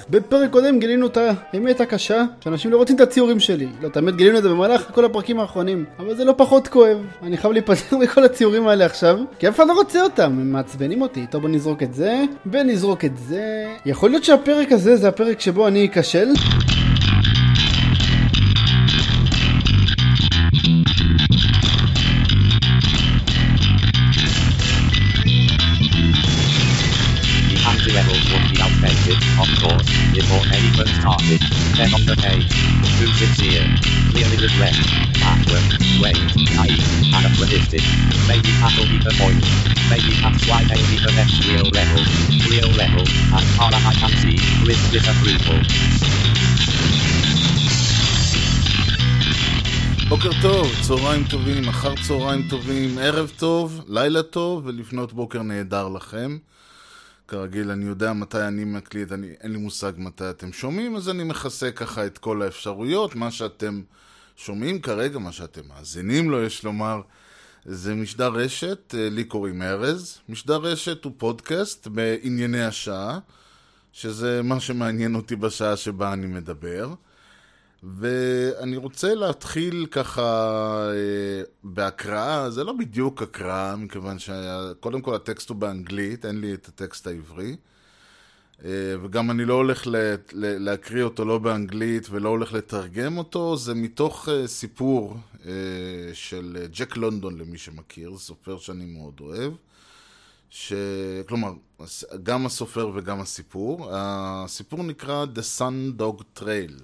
בפרק קודם גילינו את האמת הקשה, שאנשים לא רוצים את הציורים שלי. לא, את האמת גילינו את זה במהלך כל הפרקים האחרונים, אבל זה לא פחות כואב. אני חייב להיפטר מכל הציורים האלה עכשיו, כי אף אחד לא רוצה אותם, הם מעצבנים אותי. טוב, בוא נזרוק את זה, ונזרוק את זה. יכול להיות שהפרק הזה זה הפרק שבו אני אכשל. Levels would be outdated, of course, before anyone started. Then on the page, too sincere, clearly regret, backward, wait, naive, anachronistic. Maybe that'll be the point. Maybe that's why they need the next real level, as far as I can see, with disapproval. בוקר טוב, צהריים טובים, אחר צהריים טובים, ערב טוב, לילה טוב ולפנות בוקר נהדר לכם. כרגיל, אני יודע מתי אני מקליט, אין לי מושג מתי אתם שומעים, אז אני מכסה ככה את כל האפשרויות. מה שאתם שומעים כרגע, מה שאתם מאזינים לו, יש לומר, זה משדר רשת, לי קוראים ארז. משדר רשת הוא פודקאסט בענייני השעה, שזה מה שמעניין אותי בשעה שבה אני מדבר. ואני רוצה להתחיל ככה בהקראה, זה לא בדיוק הקראה, מכיוון שקודם כל הטקסט הוא באנגלית, אין לי את הטקסט העברי, וגם אני לא הולך להקריא אותו לא באנגלית ולא הולך לתרגם אותו. זה מתוך סיפור של ג'ק לונדון, למי שמכיר, זה סופר שאני מאוד אוהב, כלומר, גם הסופר וגם הסיפור. הסיפור נקרא The Sun Dog Trail.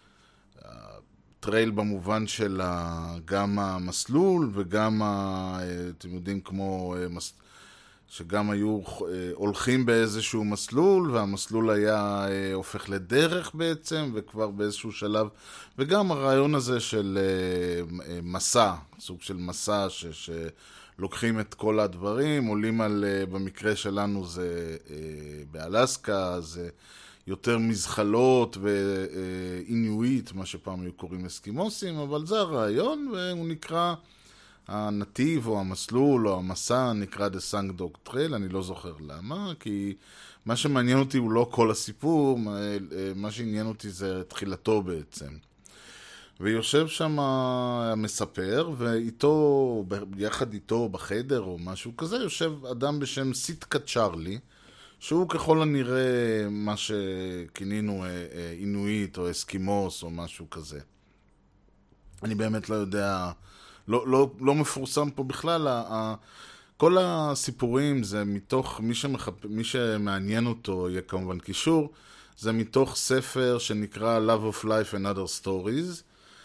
טרייל במובן של גם המסלול וגם, אתם יודעים, כמו שגם היו הולכים באיזשהו מסלול, והמסלול היה הופך לדרך בעצם, וכבר באיזשהו שלב, וגם הרעיון הזה של מסע, סוג של מסע שלוקחים את כל הדברים, עולים על, במקרה שלנו זה באלסקה, זה יותר מזחלות ואינואיט, מה שפעם היו קוראים אסקימוסים, אבל זה הרעיון, והוא נקרא, הנתיב או המסלול או המסע נקרא The Sun Dog Trail. אני לא זוכר למה, כי מה שמעניין אותי הוא לא כל הסיפור, מה שעניין אותי זה תחילתו בעצם. ויושב שם המספר, ואיתו, יחד איתו בחדר או משהו כזה, יושב אדם בשם סיטקה צ'רלי, שהוא ככל הנראה מה שכינינו אינואיט או אסקימוס או משהו כזה. אני באמת לא יודע, לא מפורסם פה בכלל. כל הסיפורים זה מתוך, מי שמעניין אותו יהיה כמובן קישור, זה מתוך ספר שנקרא Love of Life and Other Stories,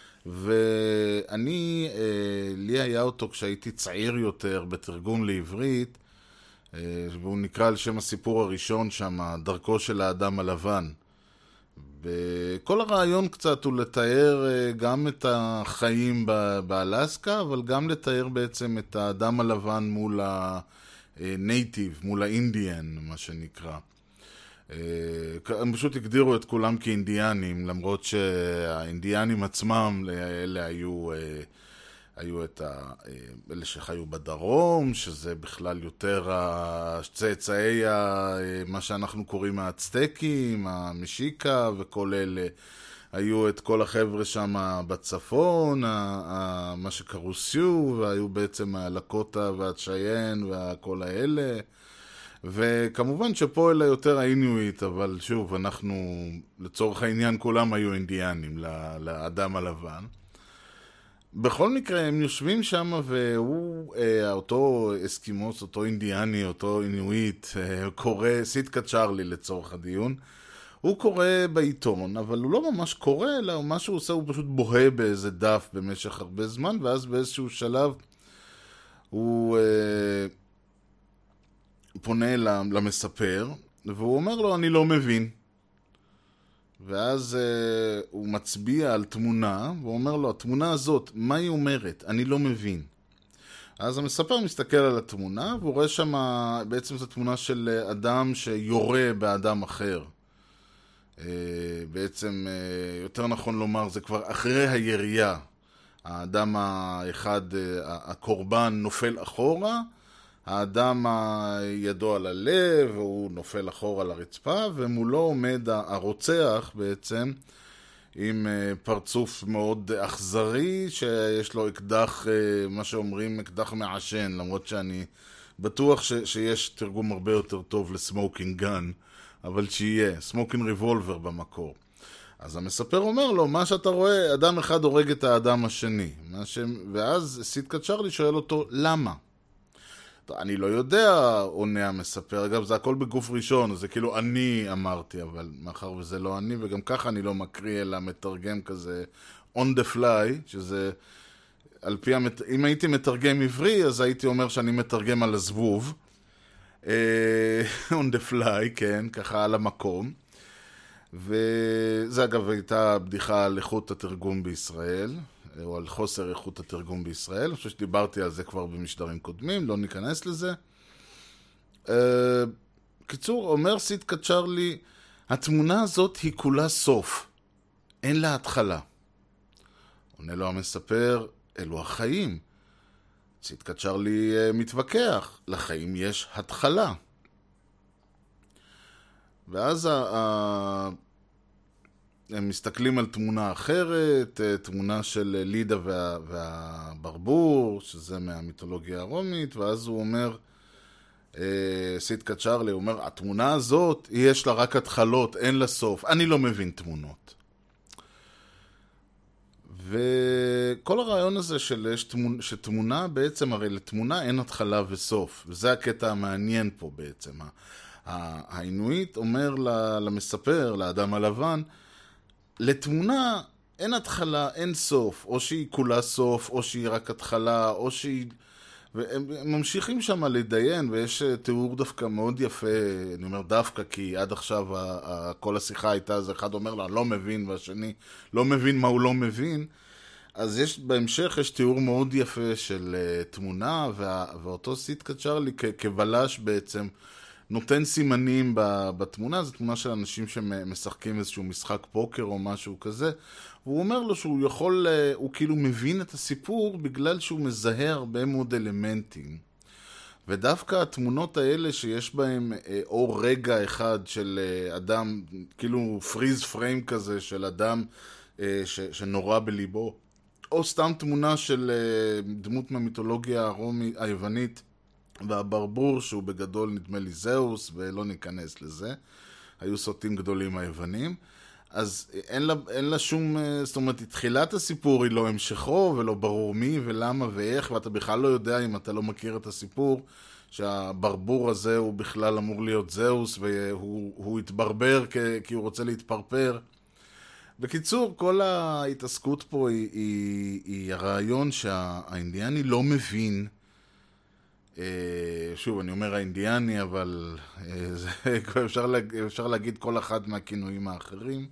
ואני, לי היה אותו כשהייתי צעיר יותר בתרגום לעברית, והוא נקרא על שם הסיפור הראשון שם, דרכו של האדם הלבן. וכל הרעיון קצת הוא לתאר גם את החיים באלסקה, אבל גם לתאר בעצם את האדם הלבן מול הנייטיב, מול האינדיאן, מה שנקרא. הם פשוט הגדירו את כולם כאינדיאנים, למרות שהאינדיאנים עצמם אלה היו את אלה שחיו בדרום, שזה בכלל יותר צאצאי מה שאנחנו קוראים האצטקים, המשיקה וכל אלה. היו את כל החבר'ה שם בצפון, מה שקראו סיו, והיו בעצם הלקוטה והצ'יין וכל האלה. וכמובן שפה אלה יותר האינואיט, אבל שוב, אנחנו לצורך העניין כולם היו אינדיאנים לאדם הלבן. בכל מקרה, הם יושבים שם, והוא, אותו אסקימוס, אותו אינדיאני, אותו אינואיט, קורא, סיטקה צ'רלי לצורך הדיון, הוא קורא בעיתון, אבל הוא לא ממש קורא, אלא מה שהוא עושה, הוא פשוט בוהה באיזה דף במשך הרבה זמן, ואז באיזשהו שלב הוא פונה למספר, והוא אומר לו, אני לא מבין. ואז הוא מצביע על תמונה, והוא אומר לו, התמונה הזאת, מה היא אומרת? אני לא מבין. אז המספר מסתכל על התמונה, והוא רואה שם, בעצם זו תמונה של אדם שיורה באדם אחר. בעצם, יותר נכון לומר, זה כבר אחרי הירייה. האדם האחד, הקורבן נופל אחורה, האדם ידו על הלב, והוא נופל אחורה על הרצפה, ומולו עומד הרוצח בעצם, עם פרצוף מאוד אכזרי, שיש לו אקדח, מה שאומרים אקדח מעשן, למרות שאני בטוח שיש תרגום הרבה יותר טוב לסמוקינג גן, אבל שיהיה, סמוקינג ריבולבר במקור. אז המספר אומר לו, מה שאתה רואה, אדם אחד הורג את האדם השני. ואז סיטקה צ'רלי שואל אותו, למה? אני לא יודע, עונה המספר. אגב, זה הכל בגוף ראשון, זה כאילו אני אמרתי, אבל מאחר וזה לא אני, וגם ככה אני לא מקריא, אלא מתרגם כזה on the fly, שזה, אם הייתי מתרגם עברי, אז הייתי אומר שאני מתרגם על הזבוב. on the fly, כן, ככה על המקום. וזה אגב הייתה בדיחה על איכות התרגום בישראל, או על חוסר איכות התרגום בישראל. אני חושב שדיברתי על זה כבר במשדרים קודמים, לא ניכנס לזה. קיצור, אומר סיטקה צ'רלי, התמונה הזאת היא כולה סוף, אין לה התחלה. עונה לו המספר, אלו החיים. סיטקה צ'רלי מתווכח, לחיים יש התחלה. ואז הם מסתכלים על תמונה אחרת, תמונה של לידה והברבור, שזה מהמיתולוגיה הרומית, ואז הוא אומר, סיטקה צ'רלי אומר, התמונה הזאת, יש לה רק התחלות, אין לה סוף, אני לא מבין תמונות. וכל הרעיון הזה שתמונה בעצם, הרי לתמונה אין התחלה וסוף, וזה הקטע המעניין פה בעצם. האינואיט אומר למספר, לאדם הלבן, לתמונה אין התחלה, אין סוף, או שהיא כולה סוף, או שהיא רק התחלה, או שהיא... והם ממשיכים שם לדיין, ויש תיאור דווקא מאוד יפה, אני אומר דווקא, כי עד עכשיו כל השיחה הייתה, אז אחד אומר לה, לא מבין, והשני לא מבין מה הוא לא מבין, אז בהמשך יש תיאור מאוד יפה של תמונה, ואותו סיטקה צ'רלי כבלש בעצם, נותן סימנים בתמונה, זו תמונה של אנשים שמשחקים איזשהו משחק פוקר או משהו כזה, והוא אומר לו שהוא יכול, הוא כאילו מבין את הסיפור בגלל שהוא מזהה הרבה מאוד אלמנטים. ודווקא התמונות האלה שיש בהם או רגע אחד של אדם, כאילו פריז פריים כזה של אדם שנורא בליבו, או סתם תמונה של דמות מהמיתולוגיה היוונית, והברבור שהוא בגדול נדמה לי זהוס, ולא ניכנס לזה, היו סוטים גדולים היוונים, אז אין לה שום, זאת אומרת, תחילת הסיפור היא לא המשכו, ולא ברור מי ולמה ואיך, ואתה בכלל לא יודע אם אתה לא מכיר את הסיפור, שהברבור הזה הוא בכלל אמור להיות זהוס, והוא התברבר כי הוא רוצה להתפרפר. בקיצור, כל ההתעסקות פה היא הרעיון שהאינדיאני לא מבין, שוב, אני אומר האינדיאני, אבל אפשר להגיד כל אחד מהכינויים האחרים.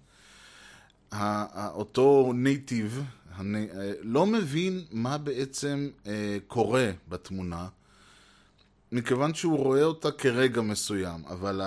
אותו נייטיב לא מבין מה בעצם קורה בתמונה, מכיוון שהוא רואה אותה כרגע מסוים, אבל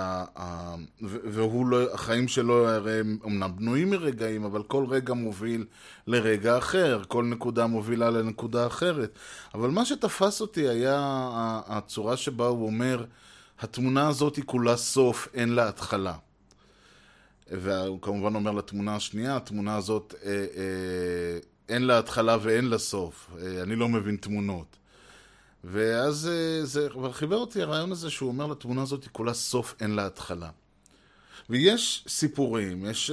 החיים שלו הרי אמנם בנויים מרגעים, אבל כל רגע מוביל לרגע אחר, כל נקודה מובילה לנקודה אחרת. אבל מה שתפס אותי היה הצורה שבה הוא אומר, התמונה הזאת היא כולה סוף, אין לה התחלה. והוא כמובן אומר לתמונה השנייה, התמונה הזאת אין לה התחלה ואין לה סוף. אני לא מבין תמונות. ואז זה חיבר אותי הרעיון הזה שהוא אומר לתמונה הזאת היא כולה סוף, אין לה התחלה. ויש סיפורים, יש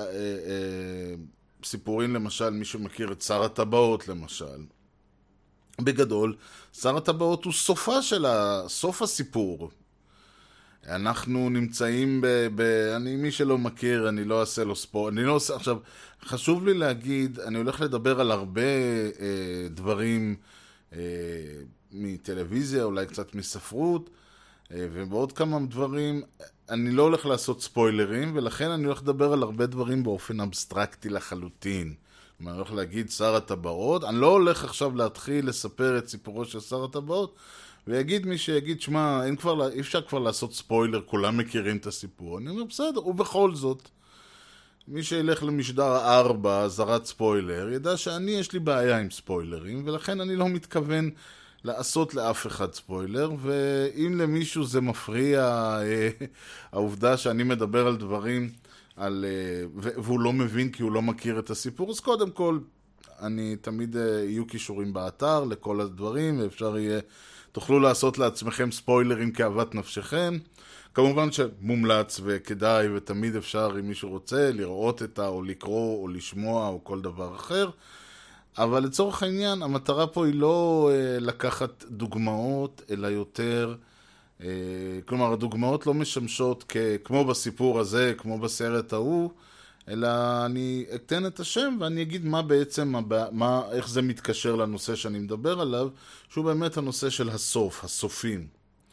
סיפורים למשל, מי שמכיר את שר הטבעות למשל. בגדול, שר הטבעות הוא סוף הסיפור. אנחנו נמצאים מי שלא מכיר, אני לא אעשה לו עכשיו, חשוב לי להגיד, אני הולך לדבר על הרבה דברים מטלוויזיה, אולי קצת מספרות, ובעוד כמה דברים, אני לא הולך לעשות ספוילרים, ולכן אני הולך לדבר על הרבה דברים באופן אבסטרקטי לחלוטין. אני הולך להגיד שר הטבעות, אני לא הולך עכשיו להתחיל לספר את סיפורו של שר הטבעות, ויגיד מי שיגיד, שמה, אי אפשר כבר לעשות ספוילר, כולם מכירים את הסיפור. אני אומר, בסדר, ובכל זאת, מי שילך למשדר 4, זרת ספוילר, ידע שאני יש לי בעיה עם ספוילרים, ולכן אני לא מתכוון לעשות לאף אחד ספוילר, ואם למישהו זה מפריע העובדה שאני מדבר על דברים, והוא לא מבין כי הוא לא מכיר את הסיפור, אז קודם כל, אני תמיד יהיו קישורים באתר לכל הדברים, ואפשר יהיה, תוכלו לעשות לעצמכם ספוילרים כאוות נפשכם. כמובן שמומלץ וכדאי, ותמיד אפשר, אם מישהו רוצה, לראות או לקרוא או לשמוע או כל דבר אחר. אבל לצורך העניין, המטרה פה היא לא לקחת דוגמאות, אלא יותר, כלומר, הדוגמאות לא משמשות כמו בסיפור הזה, כמו בסרט ההוא, אלא אני אתן את השם ואני אגיד מה בעצם, איך זה מתקשר לנושא שאני מדבר עליו, שהוא באמת הנושא של הסוף, הסופים.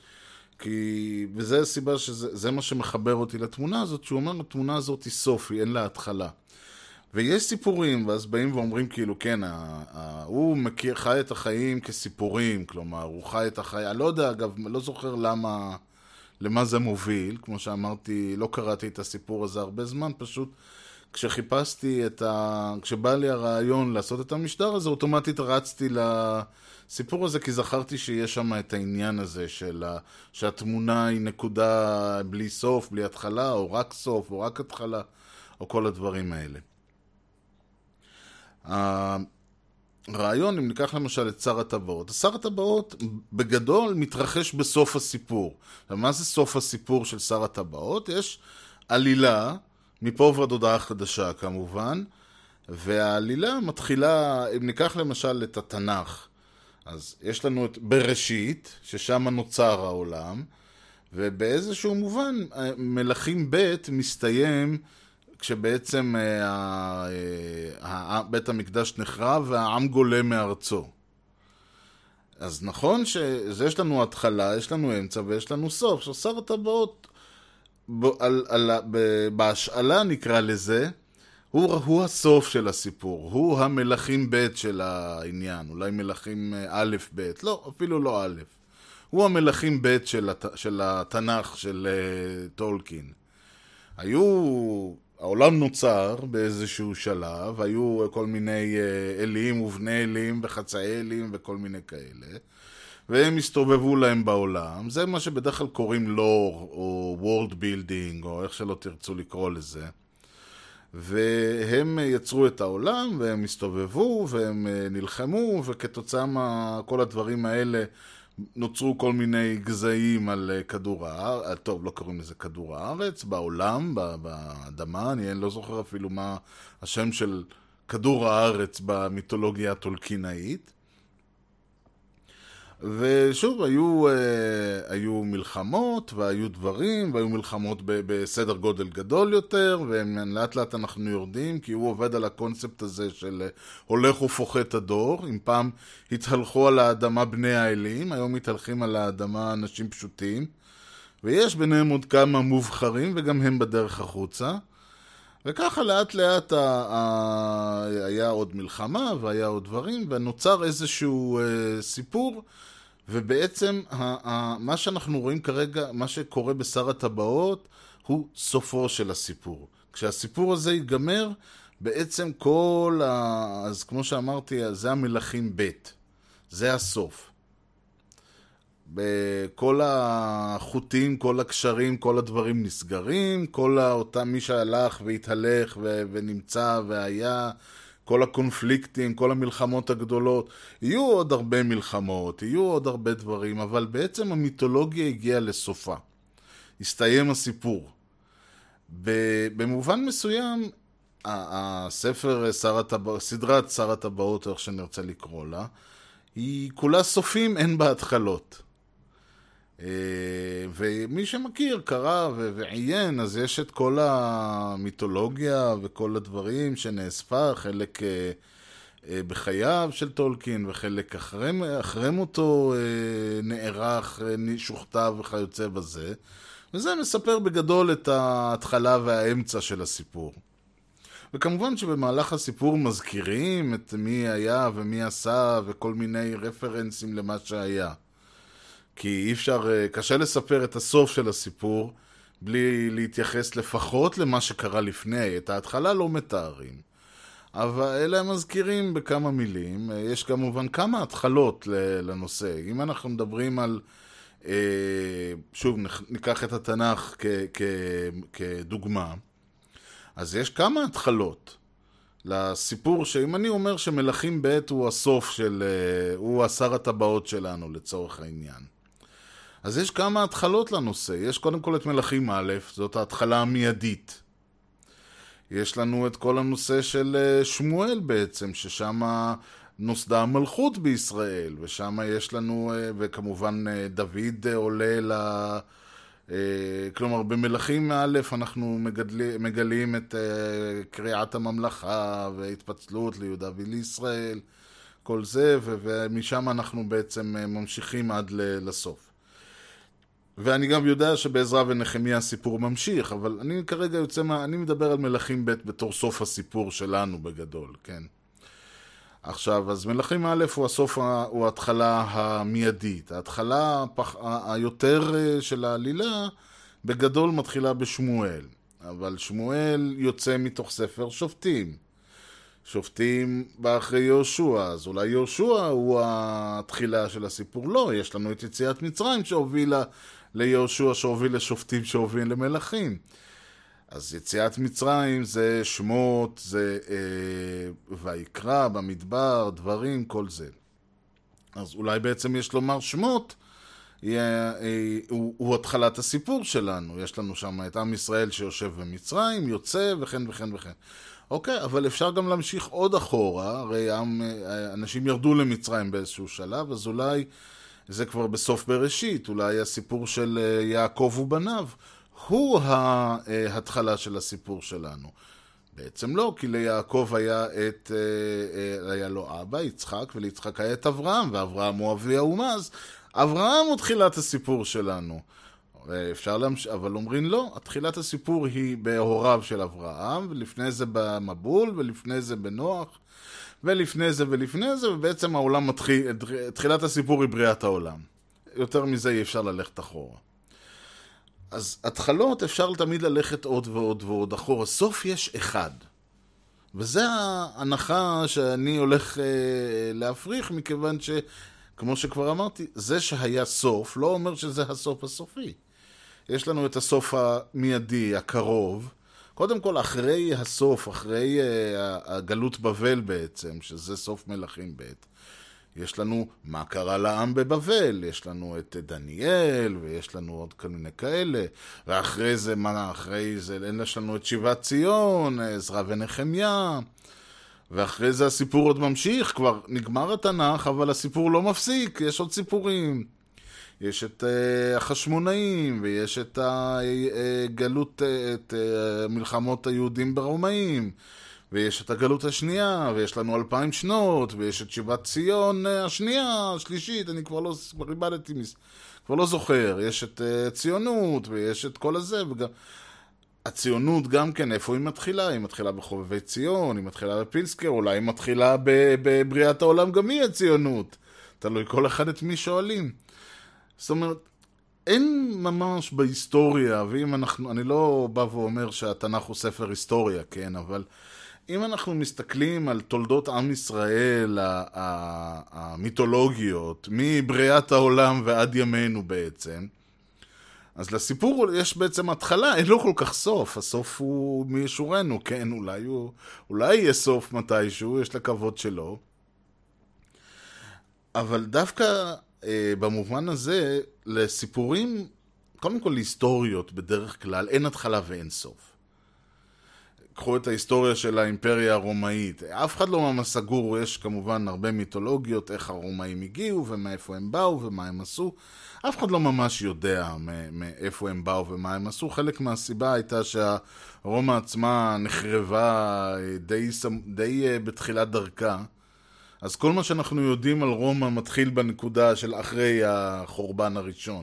וזה הסיבה שזה מה שמחבר אותי לתמונה הזאת, שהוא אומר, התמונה הזאת היא סופי, אין לה התחלה. ויש סיפורים, ואז באים ואומרים כאילו, כן, הוא חי את החיים כסיפורים, כלומר, הוא חי את החיים, אני לא יודע, אגב, לא זוכר למה זה מוביל, כמו שאמרתי, לא קראתי את הסיפור הזה הרבה זמן, פשוט כשחיפשתי כשבא לי הרעיון לעשות את המשדר הזה, אוטומטית רצתי לסיפור הזה, כי זכרתי שיש שם את העניין הזה שהתמונה היא נקודה בלי סוף, בלי התחלה, או רק סוף, או רק התחלה, או כל הדברים האלה. הרעיון, אם ניקח למשל את שר הטבעות, שר הטבעות בגדול מתרחש בסוף הסיפור. מה זה סוף הסיפור של שר הטבעות? יש עלילה, מפה ועד הודעה חדשה כמובן, והעלילה מתחילה, אם ניקח למשל את התנ"ך, אז יש לנו את בראשית, ששם נוצר העולם, ובאיזשהו מובן מלכים ב' מסתיים כשבעצם בית המקדש נחרב והעם גולה מארצו. אז נכון שיש לנו התחלה, יש לנו אמצע ויש לנו סוף. ששר הטבעות, בהשאלה נקרא לזה, הוא הסוף של הסיפור, הוא המלכים ב' של העניין, אולי מלכים א' ב', לא, אפילו לא א'. הוא המלכים ב' של התנ"ך של טולקין. העולם נוצר באיזשהו שלב, היו כל מיני אלים ובני אלים וחצאי אלים וכל מיני כאלה, והם הסתובבו להם בעולם. זה מה שבדרך כלל קוראים לור או world building או איך שלא תרצו לקרוא לזה. והם יצרו את העולם והם הסתובבו והם נלחמו, וכתוצאה מכל הדברים האלה נוצרו כל מיני גזעים על כדור הארץ, טוב, לא קוראים לזה כדור הארץ, בעולם, באדמה, אני לא זוכר אפילו מה השם של כדור הארץ במיתולוגיה הטולקינאית. ושוב, היו מלחמות והיו דברים, והיו מלחמות בסדר גודל גדול יותר, ולאט לאט אנחנו יורדים, כי הוא עובד על הקונספט הזה של הולך ופוחת הדור. אם פעם התהלכו על האדמה בני האלים, היום התהלכים על האדמה אנשים פשוטים, ויש ביניהם עוד כמה מובחרים, וגם הם בדרך החוצה. וככה לאט לאט היה עוד מלחמה והיה עוד דברים, ונוצר איזשהו סיפור, ובעצם מה שאנחנו רואים כרגע, מה שקורה בשר הטבעות, הוא סופו של הסיפור. כשהסיפור הזה ייגמר, בעצם אז כמו שאמרתי, זה המלכים ב', זה הסוף. בכל החוטים, כל הקשרים, כל הדברים נסגרים, כל מי שהלך והתהלך ונמצא והיה, כל הקונפליקטים, כל המלחמות הגדולות, יהיו עוד הרבה מלחמות, יהיו עוד הרבה דברים, אבל בעצם המיתולוגיה הגיעה לסופה. הסתיים הסיפור. במובן מסוים, הספר סדרת שר הטבעות, איך שנרצה לקרוא לה, היא כולה סופים, אין בה התחלות. ומי שמכיר, קרא ועיין, אז יש את כל המיתולוגיה וכל הדברים שנאספה, חלק בחייו של טולקין וחלק אחרי מותו נערך, שוכתב וכיוצא בזה, וזה מספר בגדול את ההתחלה והאמצע של הסיפור. וכמובן שבמהלך הסיפור מזכירים את מי היה ומי עשה וכל מיני רפרנסים למה שהיה. כי אי אפשר, קשה לספר את הסוף של הסיפור בלי להתייחס לפחות למה שקרה לפני. את ההתחלה לא מתארים. אבל אלה הם מזכירים בכמה מילים. יש כמובן כמה התחלות לנושא. אם אנחנו מדברים על, שוב, ניקח את התנ"ך כדוגמה, אז יש כמה התחלות לסיפור, שאם אני אומר שמלכים ב' הוא הסוף של, הוא 10 הטבעות שלנו לצורך העניין. אז יש כמה התחלות לנושא. יש קודם כל את מלכים א', זאת ההתחלה המיידית. יש לנו את כל הנושא של שמואל בעצם, ששם נוסדה המלכות בישראל, ושם יש לנו, וכמובן דוד עולה כלומר במלכים א' אנחנו מגלים את קריאת הממלכה והתפצלות ליהודה ולישראל, כל זה, ומשם אנחנו בעצם ממשיכים עד לסוף. ואני גם יודע שבעזרא ונחמיה הסיפור ממשיך, אבל אני כרגע אני מדבר על מלכים ב' בתור סוף הסיפור שלנו בגדול, כן? עכשיו, אז מלכים א' הוא הסוף, הוא ההתחלה המיידית. ההתחלה היותר של העלילה בגדול מתחילה בשמואל, אבל שמואל יוצא מתוך ספר שופטים. שופטים בא אחרי יהושע, אז אולי יהושע הוא התחילה של הסיפור. לא, יש לנו את יציאת מצרים שהובילה ליהושע, שהוביל לשופטים, שהוביל למלכים. אז יציאת מצרים זה שמות, זה ויקרא במדבר, דברים, כל זה. אז אולי בעצם יש לומר שמות, הוא התחלת הסיפור שלנו. יש לנו שם את עם ישראל שיושב במצרים, יוצא וכן וכן וכן. אוקיי, אבל אפשר גם להמשיך עוד אחורה, הרי אנשים ירדו למצרים באיזשהו שלב, אז אולי זה כבר בסוף בראשית, אולי הסיפור של יעקב ובניו, הוא ההתחלה של הסיפור שלנו. בעצם לא, כי ליעקב היה לו אבא, יצחק, וליצחק היה את אברהם, ואברהם הוא אבי האומה, אז אברהם הוא תחילת הסיפור שלנו. אפשר אבל אומרים לא, התחילת הסיפור היא בהוריו של אברהם, ולפני זה במבול, ולפני זה בנוח, ולפני זה ולפני זה, ובעצם העולם מתחיל, תחילת הסיפור היא בריאת העולם. יותר מזה אי אפשר ללכת אחורה. אז התחלות אפשר תמיד ללכת עוד ועוד ועוד אחורה. סוף יש אחד. וזה ההנחה שאני הולך להפריך, מכיוון שכמו שכבר אמרתי, זה שהיה סוף לא אומר שזה הסוף הסופי. יש לנו את הסוף המיידי, הקרוב. קודם כל, אחרי הסוף, אחרי הגלות בבל בעצם, שזה סוף מלכים ב', יש לנו מה קרה לעם בבבל, יש לנו את דניאל, ויש לנו עוד כל מיני כאלה, ואחרי זה, יש לנו את שיבת ציון, עזרא ונחמיה, ואחרי זה הסיפור עוד ממשיך, כבר נגמר התנ"ך, אבל הסיפור לא מפסיק, יש עוד סיפורים. יש את החשמונאים, ויש את הגלות, את מלחמות היהודים ברומאים, ויש את הגלות השנייה, ויש לנו 2000 שנות, ויש את שיבת ציון השנייה, השלישית, אני כבר לא זוכר, יש את ציונות, ויש את כל הזה, וגם הציונות גם כן, איפה היא מתחילה? היא מתחילה בחובבי ציון, היא מתחילה בפילסקר, אולי היא מתחילה בבריאת העולם, גם היא הציונות. תלוי כל אחד את מי שואלים. זאת אומרת, אין ממש בהיסטוריה, ואם אני לא בא ואומר שהתנ"ך הוא ספר היסטוריה, כן, אבל אם אנחנו מסתכלים על תולדות עם ישראל, המיתולוגיות, מבריאת העולם ועד ימינו בעצם, אז לסיפור יש בעצם התחלה, אין לו כל כך סוף, הסוף הוא מישורנו, כן, אולי יהיה סוף מתישהו, יש לקוות שלו, אבל דווקא במובן הזה, לסיפורים, קודם כל להיסטוריות בדרך כלל, אין התחלה ואין סוף. קחו את ההיסטוריה של האימפריה הרומאית, אף אחד לא ממש סגור, יש כמובן הרבה מיתולוגיות, איך הרומאים הגיעו ומאיפה הם באו ומה הם עשו, אף אחד לא ממש יודע מאיפה הם באו ומה הם עשו, חלק מהסיבה הייתה שהרומא עצמה נחרבה די בתחילת דרכה, אז כל מה שאנחנו יודעים על רומא מתחיל בנקודה של אחרי החורבן הראשון.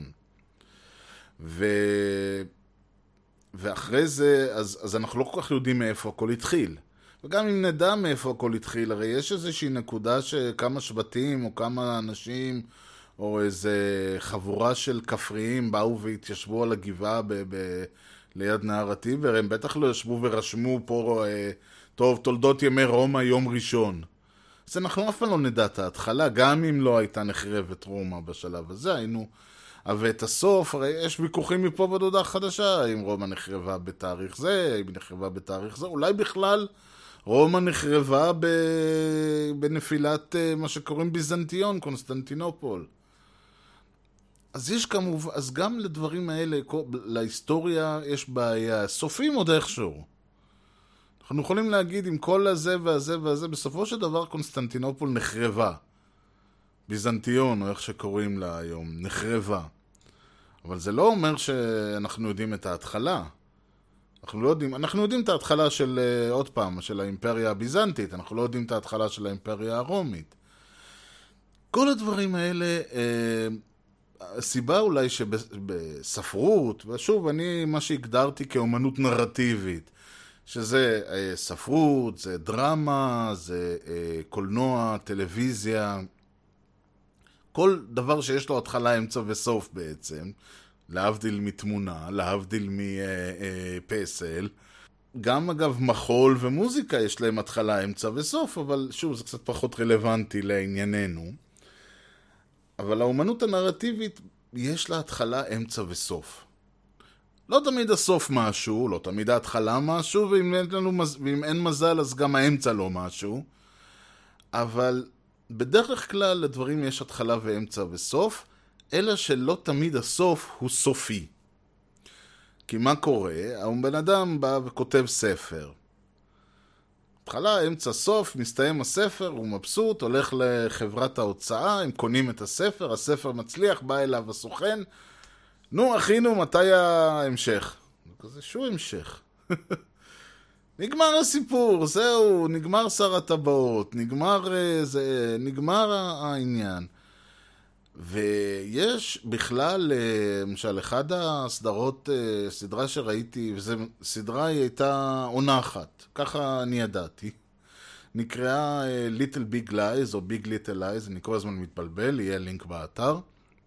ואחרי זה, אז אנחנו לא כל כך יודעים מאיפה הכל התחיל. וגם אם נדע מאיפה הכל התחיל, הרי יש איזושהי נקודה שכמה שבטים או כמה אנשים או איזה חבורה של כפריים באו והתיישבו על הגבעה ליד נהר הטיבר, הם בטח לא ישבו ורשמו פה טוב, תולדות ימי רומא יום ראשון. אז אנחנו אף פעם לא נדע את ההתחלה, גם אם לא הייתה נחרבת רומא בשלב הזה, היינו... אבל את הסוף, הרי יש ויכוחים מפה בדודה חדשה, אם רומא נחרבה בתאריך זה, אם נחרבה בתאריך זה, אולי בכלל רומא נחרבה בנפילת מה שקוראים ביזנטיון, קונסטנטינופול. אז יש כמובן, אז גם לדברים האלה, להיסטוריה יש בעיה, סופים עוד איכשהו. אנחנו יכולים להגיד עם כל הזה והזה והזה, בסופו של דבר קונסטנטינופול נחרבה. ביזנטיון, או איך שקוראים לה היום, נחרבה. אבל זה לא אומר שאנחנו יודעים את ההתחלה. אנחנו יודעים את ההתחלה של, עוד פעם, של האימפריה הביזנטית, אנחנו לא יודעים את ההתחלה של האימפריה הרומית. כל הדברים האלה, הסיבה אולי שבספרות, ושוב, אני מה שהגדרתי כאומנות נרטיבית, שזה ספרות, זה דרמה, זה קולנוע, טלוויזיה, כל דבר שיש לו התחלה, אמצע וסוף בעצם, להבדיל מתמונה, להבדיל מפסל. גם אגב מחול ומוזיקה יש להם התחלה, אמצע וסוף, אבל שוב זה קצת פחות רלוונטי לענייננו. אבל האומנות הנרטיבית יש לה התחלה, אמצע וסוף. לא תמיד הסוף משהו, לא תמיד ההתחלה משהו, ואם אין מזל אז גם האמצע לא משהו. אבל בדרך כלל לדברים יש התחלה ואמצע וסוף, אלא שלא תמיד הסוף הוא סופי. כי מה קורה? הבן אדם בא וכותב ספר. התחלה, אמצע, סוף, מסתיים הספר, הוא מבסוט, הולך לחברת ההוצאה, הם קונים את הספר, הספר מצליח, בא אליו הסוכן, נו אחינו, מתי ההמשך? כזה, שו המשך? נגמר הסיפור, זהו, נגמר שר הטבעות, נגמר העניין. ויש בכלל, למשל, אחד הסדרות, סדרה שראיתי, וזו סדרה היא הייתה עונה אחת, ככה אני ידעתי. נקראה Little Big Lies או Big Little Lies, אני כל הזמן מתבלבל, יהיה לינק באתר.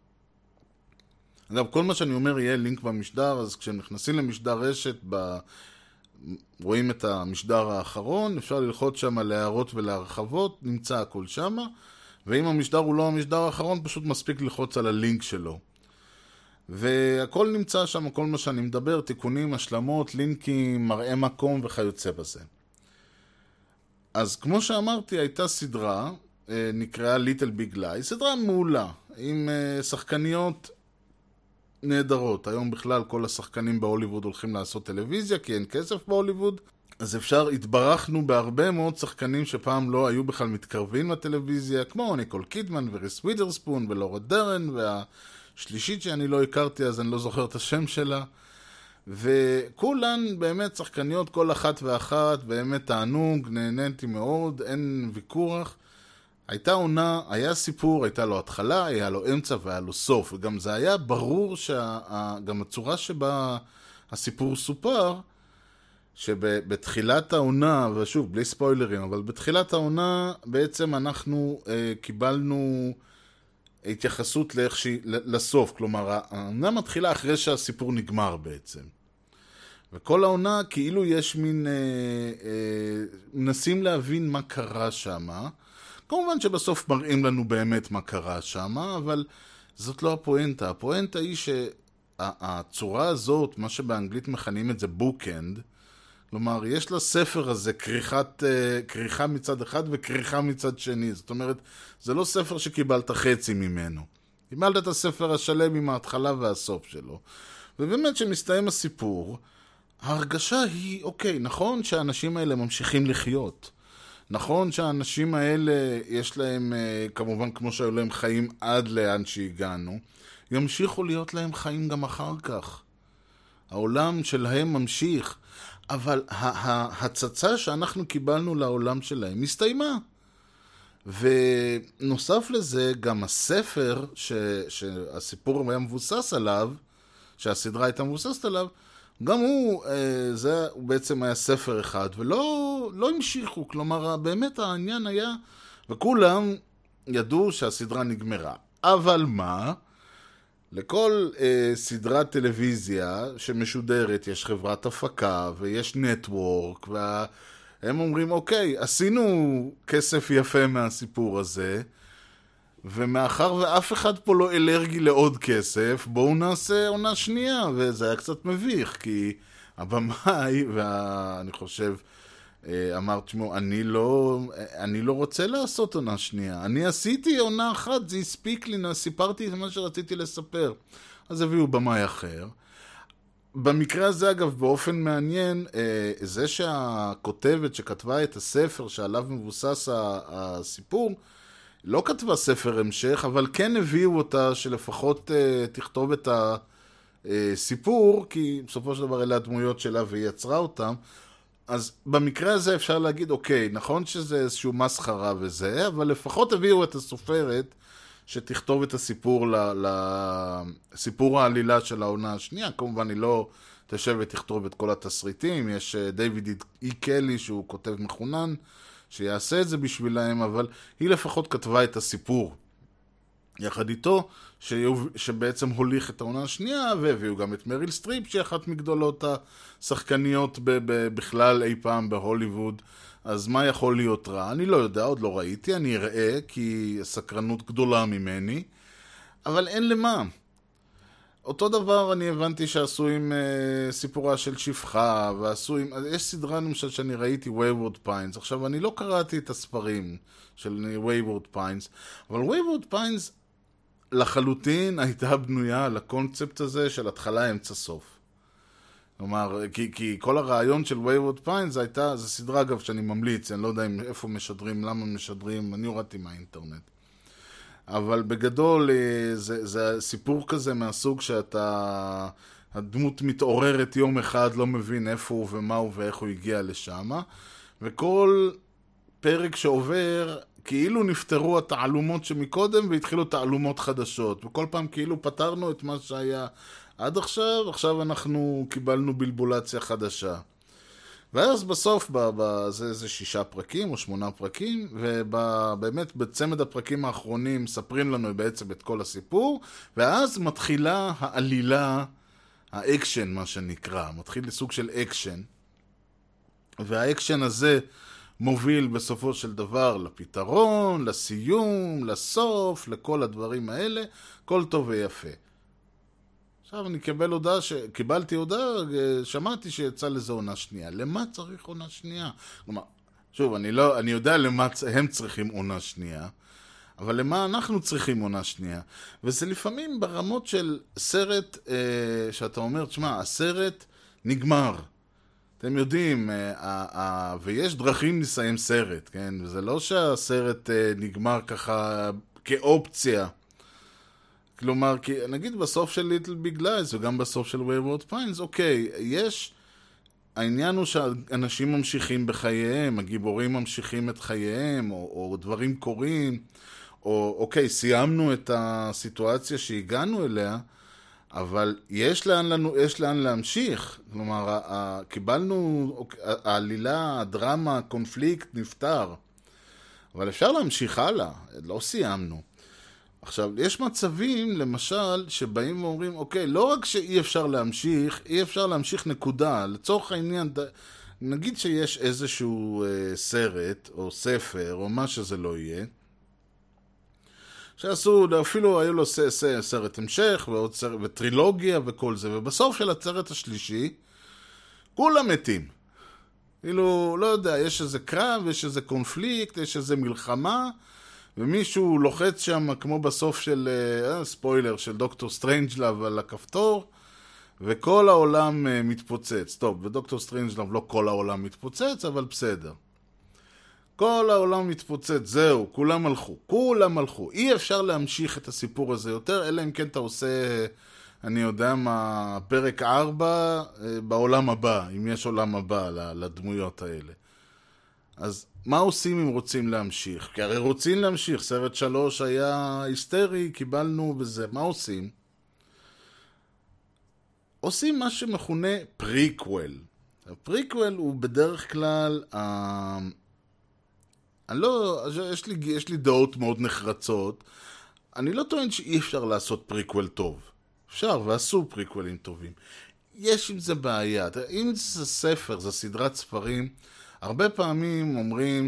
אגב, כל מה שאני אומר יהיה לינק במשדר, אז כשהם נכנסים למשדר רשת, רואים את המשדר האחרון, אפשר ללחוץ שם להערות ולהרחבות, נמצא הכל שם, ואם המשדר הוא לא המשדר האחרון, פשוט מספיק ללחוץ על הלינק שלו. והכל נמצא שם, כל מה שאני מדבר, תיקונים, השלמות, לינקים, מראה מקום וכיוצא בזה. אז כמו שאמרתי, הייתה סדרה, נקראה Little Big Lies, סדרה מעולה, עם שחקניות נהדרות. היום בכלל כל השחקנים בהוליווד הולכים לעשות טלוויזיה, כי אין כסף בהוליווד. אז התברכנו בהרבה מאוד שחקנים שפעם לא היו בכלל מתקרבים לטלוויזיה, כמו ניקול קידמן וריס ווידרספון ולורה דרן, והשלישית שאני לא הכרתי אז אני לא זוכר את השם שלה. וכולן באמת שחקניות, כל אחת ואחת, באמת תענוג, נהניתי מאוד, אין ויכוח. הייתה עונה, היה סיפור, הייתה לו התחלה, היה לו אמצע והיה לו סוף, וגם זה היה ברור גם הצורה שבה הסיפור סופר, שבתחילת העונה, ושוב, בלי ספוילרים, אבל בתחילת העונה בעצם אנחנו קיבלנו התייחסות לסוף, כלומר, העונה מתחילה אחרי שהסיפור נגמר בעצם. וכל העונה כאילו יש מין, מנסים להבין מה קרה שמה, כמובן שבסוף מראים לנו באמת מה קרה שם, אבל זאת לא הפואנטה. הפואנטה היא שהצורה הזאת, מה שבאנגלית מכנים את זה בוקאנד, כלומר, יש לספר הזה כריכה מצד אחד וכריכה מצד שני. זאת אומרת, זה לא ספר שקיבלת חצי ממנו. קיבלת את הספר השלם עם ההתחלה והסוף שלו. ובאמת שמסתיים הסיפור, ההרגשה היא, אוקיי, נכון שהאנשים האלה ממשיכים לחיות. נכון שהאנשים האלה יש להם, כמובן כמו שהיו להם חיים עד לאן שהגענו, ימשיכו להיות להם חיים גם אחר כך. העולם שלהם ממשיך, אבל ההצצה שאנחנו קיבלנו לעולם שלהם הסתיימה. ונוסף לזה, גם הספר שהסיפור היה מבוסס עליו, שהסדרה הייתה מבוססת עליו, גם הוא בעצם היה ספר אחד, ולא המשיכו, כלומר, באמת העניין היה, וכולם ידעו שהסדרה נגמרה. אבל מה? לכל סדרת טלוויזיה שמשודרת יש חברת הפקה, ויש נטוורק, הם אומרים, אוקיי, עשינו כסף יפה מהסיפור הזה, ומאחר ואף אחד פה לא אלרגי לעוד כסף, בואו נעשה עונה שנייה, וזה היה קצת מביך, כי הבמאי, ואני חושב, אמרת שמו, אני לא רוצה לעשות עונה שנייה. אני עשיתי עונה אחת, זה הספיק לי, סיפרתי את מה שרציתי לספר. אז הביאו במאי אחר. במקרה הזה, אגב, באופן מעניין, זה שהכותבת שכתבה את הספר שעליו מבוסס הסיפור, לא כתבה ספר המשך, אבל כן הביאו אותה שלפחות תכתוב את הסיפור, כי בסופו של דבר אלה הדמויות שלה והיא יצרה אותם. אז במקרה הזה אפשר להגיד, אוקיי, נכון שזה איזשהו מסחרה וזה, אבל לפחות הביאו את הסופרת שתכתוב את הסיפור לסיפור העלילה של העונה השנייה. כמובן היא לא תשב ותכתוב את כל התסריטים, יש דיוויד אי קלי שהוא כותב מחונן שיעשה את זה בשבילהם, אבל היא לפחות כתבה את הסיפור יחד איתו, שבעצם הוליך את העונה השנייה, והביאו גם את מריל סטריפ, שהיא אחת מגדולות השחקניות בכלל אי פעם בהוליווד. אז מה יכול להיות רע? אני לא יודע, עוד לא ראיתי, אני אראה, כי סקרנות גדולה ממני, אבל אין למה. אותו דבר אני הבנתי שעשו עם סיפורה של שפחה, ועשו עם... יש סדרה למשל שאני ראיתי, Wayward Pines. עכשיו, אני לא קראתי את הספרים של Wayward Pines, אבל Wayward Pines לחלוטין הייתה בנויה על הקונספט הזה של התחלה, אמצע, סוף. כלומר, כי כל הרעיון של Wayward Pines הייתה, זו סדרה אגב שאני ממליץ, אני לא יודע איפה משדרים, למה משדרים, אני הורדתי מהאינטרנט. אבל בגדול זה סיפור כזה מהסוג שאתה, הדמות מתעוררת יום אחד, לא מבין איפה הוא ומה הוא ואיך הוא הגיע לשם, וכל פרק שעובר כאילו נפטרו התעלומות שמקודם והתחילו תעלומות חדשות, וכל פעם כאילו פתרנו את מה שהיה עד עכשיו, עכשיו אנחנו קיבלנו בלבולציה חדשה. ואז בסוף, זה 6 פרקים או 8 פרקים, ובאמת בצמד הפרקים האחרונים מספרים לנו בעצם את כל הסיפור, ואז מתחילה העלילה, האקשן מה שנקרא, מתחיל לסוג של אקשן, והאקשן הזה מוביל בסופו של דבר לפתרון, לסיום, לסוף, לכל הדברים האלה, כל טוב ויפה. עכשיו אני קיבלתי הודעה, שמעתי שיצא לזה עונה שנייה. למה צריך עונה שנייה? כלומר, שוב, אני יודע למה הם צריכים עונה שנייה, אבל למה אנחנו צריכים עונה שנייה? וזה לפעמים ברמות של סרט, שאתה אומר, תשמע, הסרט נגמר. אתם יודעים, ויש דרכים לסיים סרט, כן? וזה לא שהסרט נגמר ככה כאופציה. כלומר, כי נגיד בסוף של ליטל ביג לייז וגם בסוף של Wayward Pines, אוקיי, יש, העניין הוא שאנשים ממשיכים בחייהם, הגיבורים ממשיכים את חייהם, או דברים קורים, או אוקיי, סיימנו את הסיטואציה שהגענו אליה, אבל יש לאן להמשיך. כלומר, קיבלנו, העלילה, הדרמה, הקונפליקט נפטר, אבל אפשר להמשיך הלאה, לא סיימנו. עכשיו, יש מצבים, למשל, שבאים ואומרים, אוקיי, לא רק שאי אפשר להמשיך, אי אפשר להמשיך נקודה. לצורך העניין, נגיד שיש איזשהו סרט, או ספר, או מה שזה לא יהיה, שעשו, אפילו היו לו סרט המשך, וטרילוגיה וכל זה, ובסוף של הסרט השלישי, כולם מתים. כאילו, לא יודע, יש איזה קרב, יש איזה קונפליקט, יש איזה מלחמה, ומישהו לוחץ שם, כמו בסוף של, ספוילר, של דוקטור סטרנג'לאב על הכפתור, וכל העולם מתפוצץ. טוב, בדוקטור סטרנג'לאב לא כל העולם מתפוצץ, אבל בסדר. כל העולם מתפוצץ, זהו, כולם הלכו. אי אפשר להמשיך את הסיפור הזה יותר, אלא אם כן אתה עושה, אני יודע מה, פרק 4 בעולם הבא, אם יש עולם הבא לדמויות האלה. אז מה עושים אם רוצים להמשיך? כי הרי רוצים להמשיך, סרט 3 היה היסטרי, קיבלנו בזה, מה עושים? עושים מה שמכונה פריקוול. הפריקוול הוא בדרך כלל, יש לי דעות מאוד נחרצות, אני לא טוען שאי אפשר לעשות פריקוול טוב. אפשר, ועשו פריקוולים טובים. יש עם זה בעיה. אם זה ספר, זה סדרת ספרים, הרבה פעמים אומרים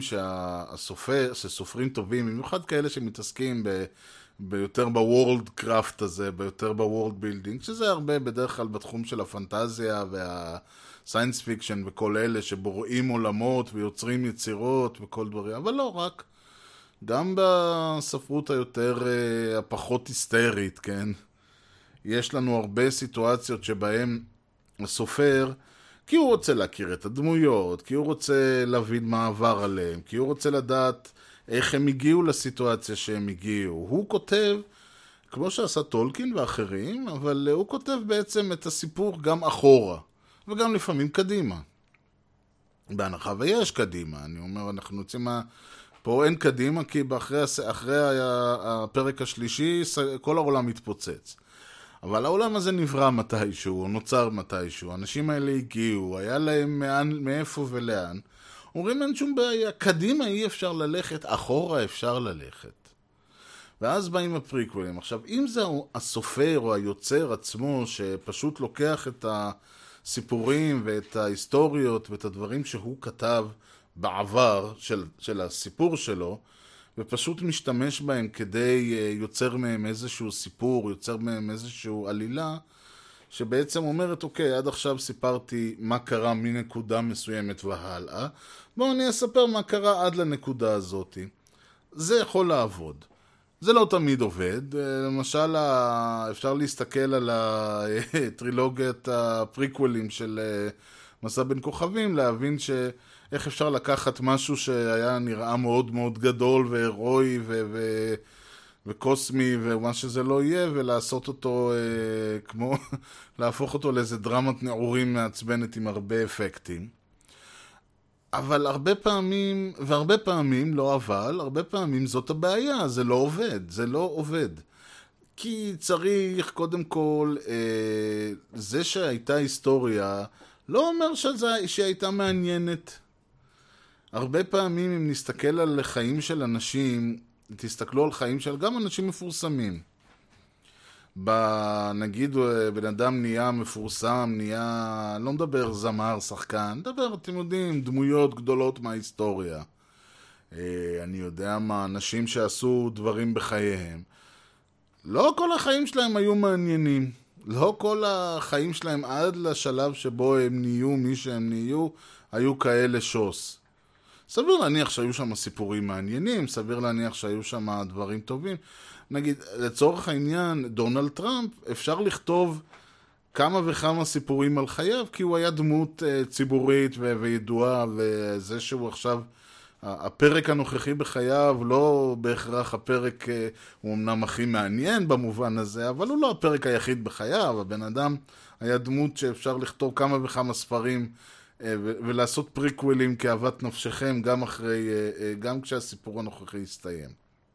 שסופרים טובים, במיוחד כאלה שמתעסקים ביותר בוורלד קראפט הזה, ביותר בוורלד בילדינג, שזה הרבה בדרך כלל בתחום של הפנטזיה והסיינס פיקשן וכל אלה שבוראים עולמות ויוצרים יצירות וכל דברים, אבל לא רק. גם בספרות היותר הפחות היסטרית, כן? יש לנו הרבה סיטואציות שבהם הסופר, כי הוא רוצה להכיר את הדמויות, כי הוא רוצה להבין מה עבר עליהם, כי הוא רוצה לדעת איך הם הגיעו לסיטואציה שהם הגיעו. הוא כותב, כמו שעשה טולקין ואחרים, אבל הוא כותב בעצם את הסיפור גם אחורה, וגם לפעמים קדימה. בהנחה ויש קדימה, אני אומר, אנחנו יוצאים פה אין קדימה, כי אחרי הפרק השלישי כל העולם מתפוצץ. אבל העולם הזה נברא מתישהו, נוצר מתישהו, האנשים האלה הגיעו, היה להם מאיפה ולאן. אומרים אין שום בעיה, קדימה אי אפשר ללכת, אחורה אפשר ללכת. ואז באים הפריקוולים. עכשיו, אם זה הסופר או היוצר עצמו שפשוט לוקח את הסיפורים ואת ההיסטוריות ואת הדברים שהוא כתב בעבר של הסיפור שלו, ופשוט משתמש בהם כדי יוצר מהם איזשהו סיפור, יוצר מהם איזשהו עלילה, שבעצם אומרת, אוקיי, עד עכשיו סיפרתי מה קרה מנקודה מסוימת והלאה, בואו אני אספר מה קרה עד לנקודה הזאת. זה יכול לעבוד. זה לא תמיד עובד. למשל, אפשר להסתכל על הטרילוגיית הפריקוולים של מסע בין כוכבים, להבין איך אפשר לקחת משהו שהיה נראה מאוד מאוד גדול והירואי וקוסמי ומה שזה לא יהיה, ולעשות אותו כמו, להפוך אותו לאיזה דרמת נעורים מעצבנת עם הרבה אפקטים. אבל הרבה פעמים, לא אבל, הרבה פעמים זאת הבעיה, זה לא עובד. כי צריך קודם כל, זה שהייתה היסטוריה, לא אומר שהיא הייתה מעניינת. הרבה פעמים אם נסתכל על חיים של אנשים, תסתכלו על חיים של גם אנשים מפורסמים. נגיד בן אדם נהיה מפורסם, לא מדבר זמר, שחקן, מדבר, אתם יודעים, דמויות גדולות מההיסטוריה. אני יודע מה, אנשים שעשו דברים בחייהם. לא כל החיים שלהם היו מעניינים. לא כל החיים שלהם עד לשלב שבו הם נהיו מי שהם נהיו, היו כאלה שוס. סביר להניח שהיו שם סיפורים מעניינים, סביר להניח שהיו שם דברים טובים. נגיד, לצורך העניין, דונלד טראמפ, אפשר לכתוב כמה וכמה סיפורים על חייו, כי הוא היה דמות ציבורית וידועה, וזה שהוא עכשיו, הפרק הנוכחי בחייו, לא בהכרח הפרק, הוא אמנם הכי מעניין במובן הזה, אבל הוא לא הפרק היחיד בחייו. הבן אדם היה דמות שאפשר לכתוב כמה וכמה ספרים, ולעשות פריקווילים כאהבת נפשכם גם כשהסיפור הנוכחי יסתיים.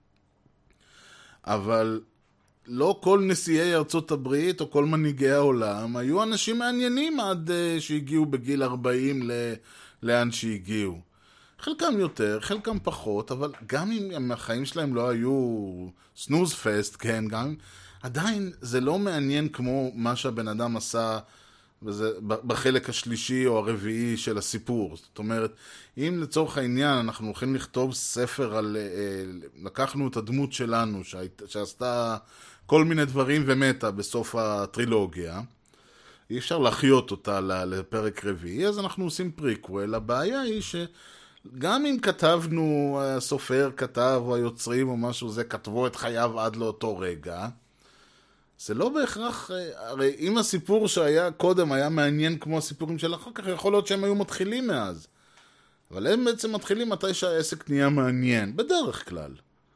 אבל לא כל נשיאי ארצות הברית או כל מנהיגי העולם היו אנשים מעניינים עד שהגיעו בגיל 40 לאן שהגיעו. חלקם יותר, חלקם פחות, אבל גם אם החיים שלהם לא היו סנוז פסט, כן, גם עדיין זה לא מעניין כמו מה שהבן אדם עשה וזה בחלק השלישי או הרביעי של הסיפור. זאת אומרת, אם לצורך העניין אנחנו הולכים לכתוב ספר על, לקחנו את הדמות שלנו שעשתה כל מיני דברים ומתה בסוף הטרילוגיה, אי אפשר להחיות אותה לפרק רביעי, אז אנחנו עושים פריקוול. הבעיה היא שגם אם כתבנו, הסופר כתב או היוצרים או משהו זה, כתבו את חייו עד לאותו רגע, זה לא בהכרח, הרי אם הסיפור שהיה קודם היה מעניין כמו הסיפורים של אחר כך, יכול להיות שהם היו מתחילים מאז. אבל הם בעצם מתחילים מתי שהעסק נהיה מעניין, בדרך כלל.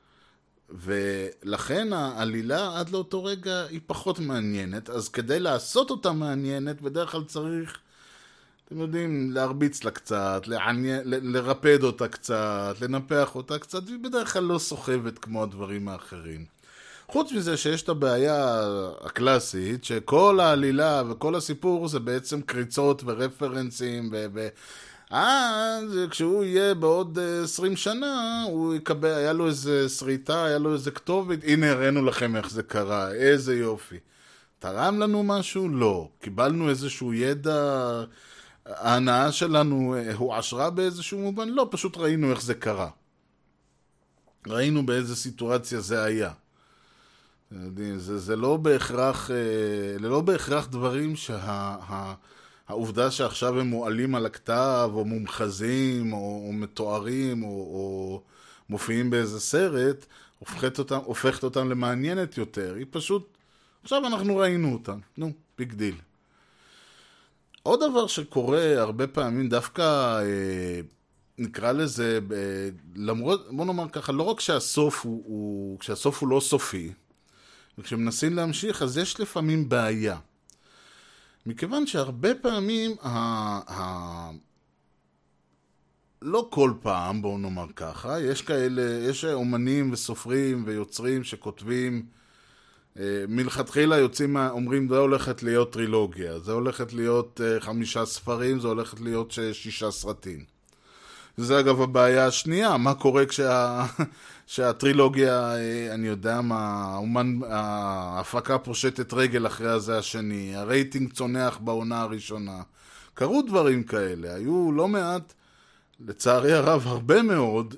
ולכן העלילה עד לאותו רגע היא פחות מעניינת, אז כדי לעשות אותה מעניינת, בדרך כלל צריך, אתם יודעים, להרביץ לה קצת, לרפד אותה קצת, לנפח אותה קצת, והיא בדרך כלל לא סוחבת כמו הדברים האחרים. חוץ מזה שיש את הבעיה הקלאסית, שכל העלילה וכל הסיפור זה בעצם קריצות ורפרנסים, כשהוא יהיה בעוד 20 שנה, הוא יקבל, היה לו איזה שריטה, היה לו איזה כתובת, הנה הראינו לכם איך זה קרה, איזה יופי. תרם לנו משהו? לא. קיבלנו איזשהו ידע ההנאה שלנו הועשרה באיזשהו מובן? לא, פשוט ראינו איך זה קרה. ראינו באיזה סיטואציה זה היה. זה לא בהכרח דברים שהעובדה שעכשיו הם מועלים על הכתב, או מומחזים, או מתוארים, או מופיעים באיזה סרט, הופכת אותם למעניינת יותר. היא פשוט, עכשיו אנחנו ראינו אותם. נו, ביג דיל. עוד דבר שקורה הרבה פעמים, דווקא נקרא לזה, למרות, בוא נאמר ככה, לא רק כשהסוף הוא לא סופי, וכשמנסים להמשיך, אז יש לפעמים בעיה. מכיוון שהרבה פעמים, לא כל פעם, בואו נאמר ככה, יש אומנים וסופרים ויוצרים שכותבים, מלכתחילה יוצאים, אומרים, זה הולכת להיות טרילוגיה, זה הולכת להיות 5 ספרים, זה הולכת להיות 6 סרטים. זה אגב הבעיה השנייה, מה קורה שהטרילוגיה, אני יודע מה, ההפקה פושטת רגל אחרי הזה השני, הרייטינג צונח בעונה הראשונה. קרו דברים כאלה, היו לא מעט, לצערי הרב, הרבה מאוד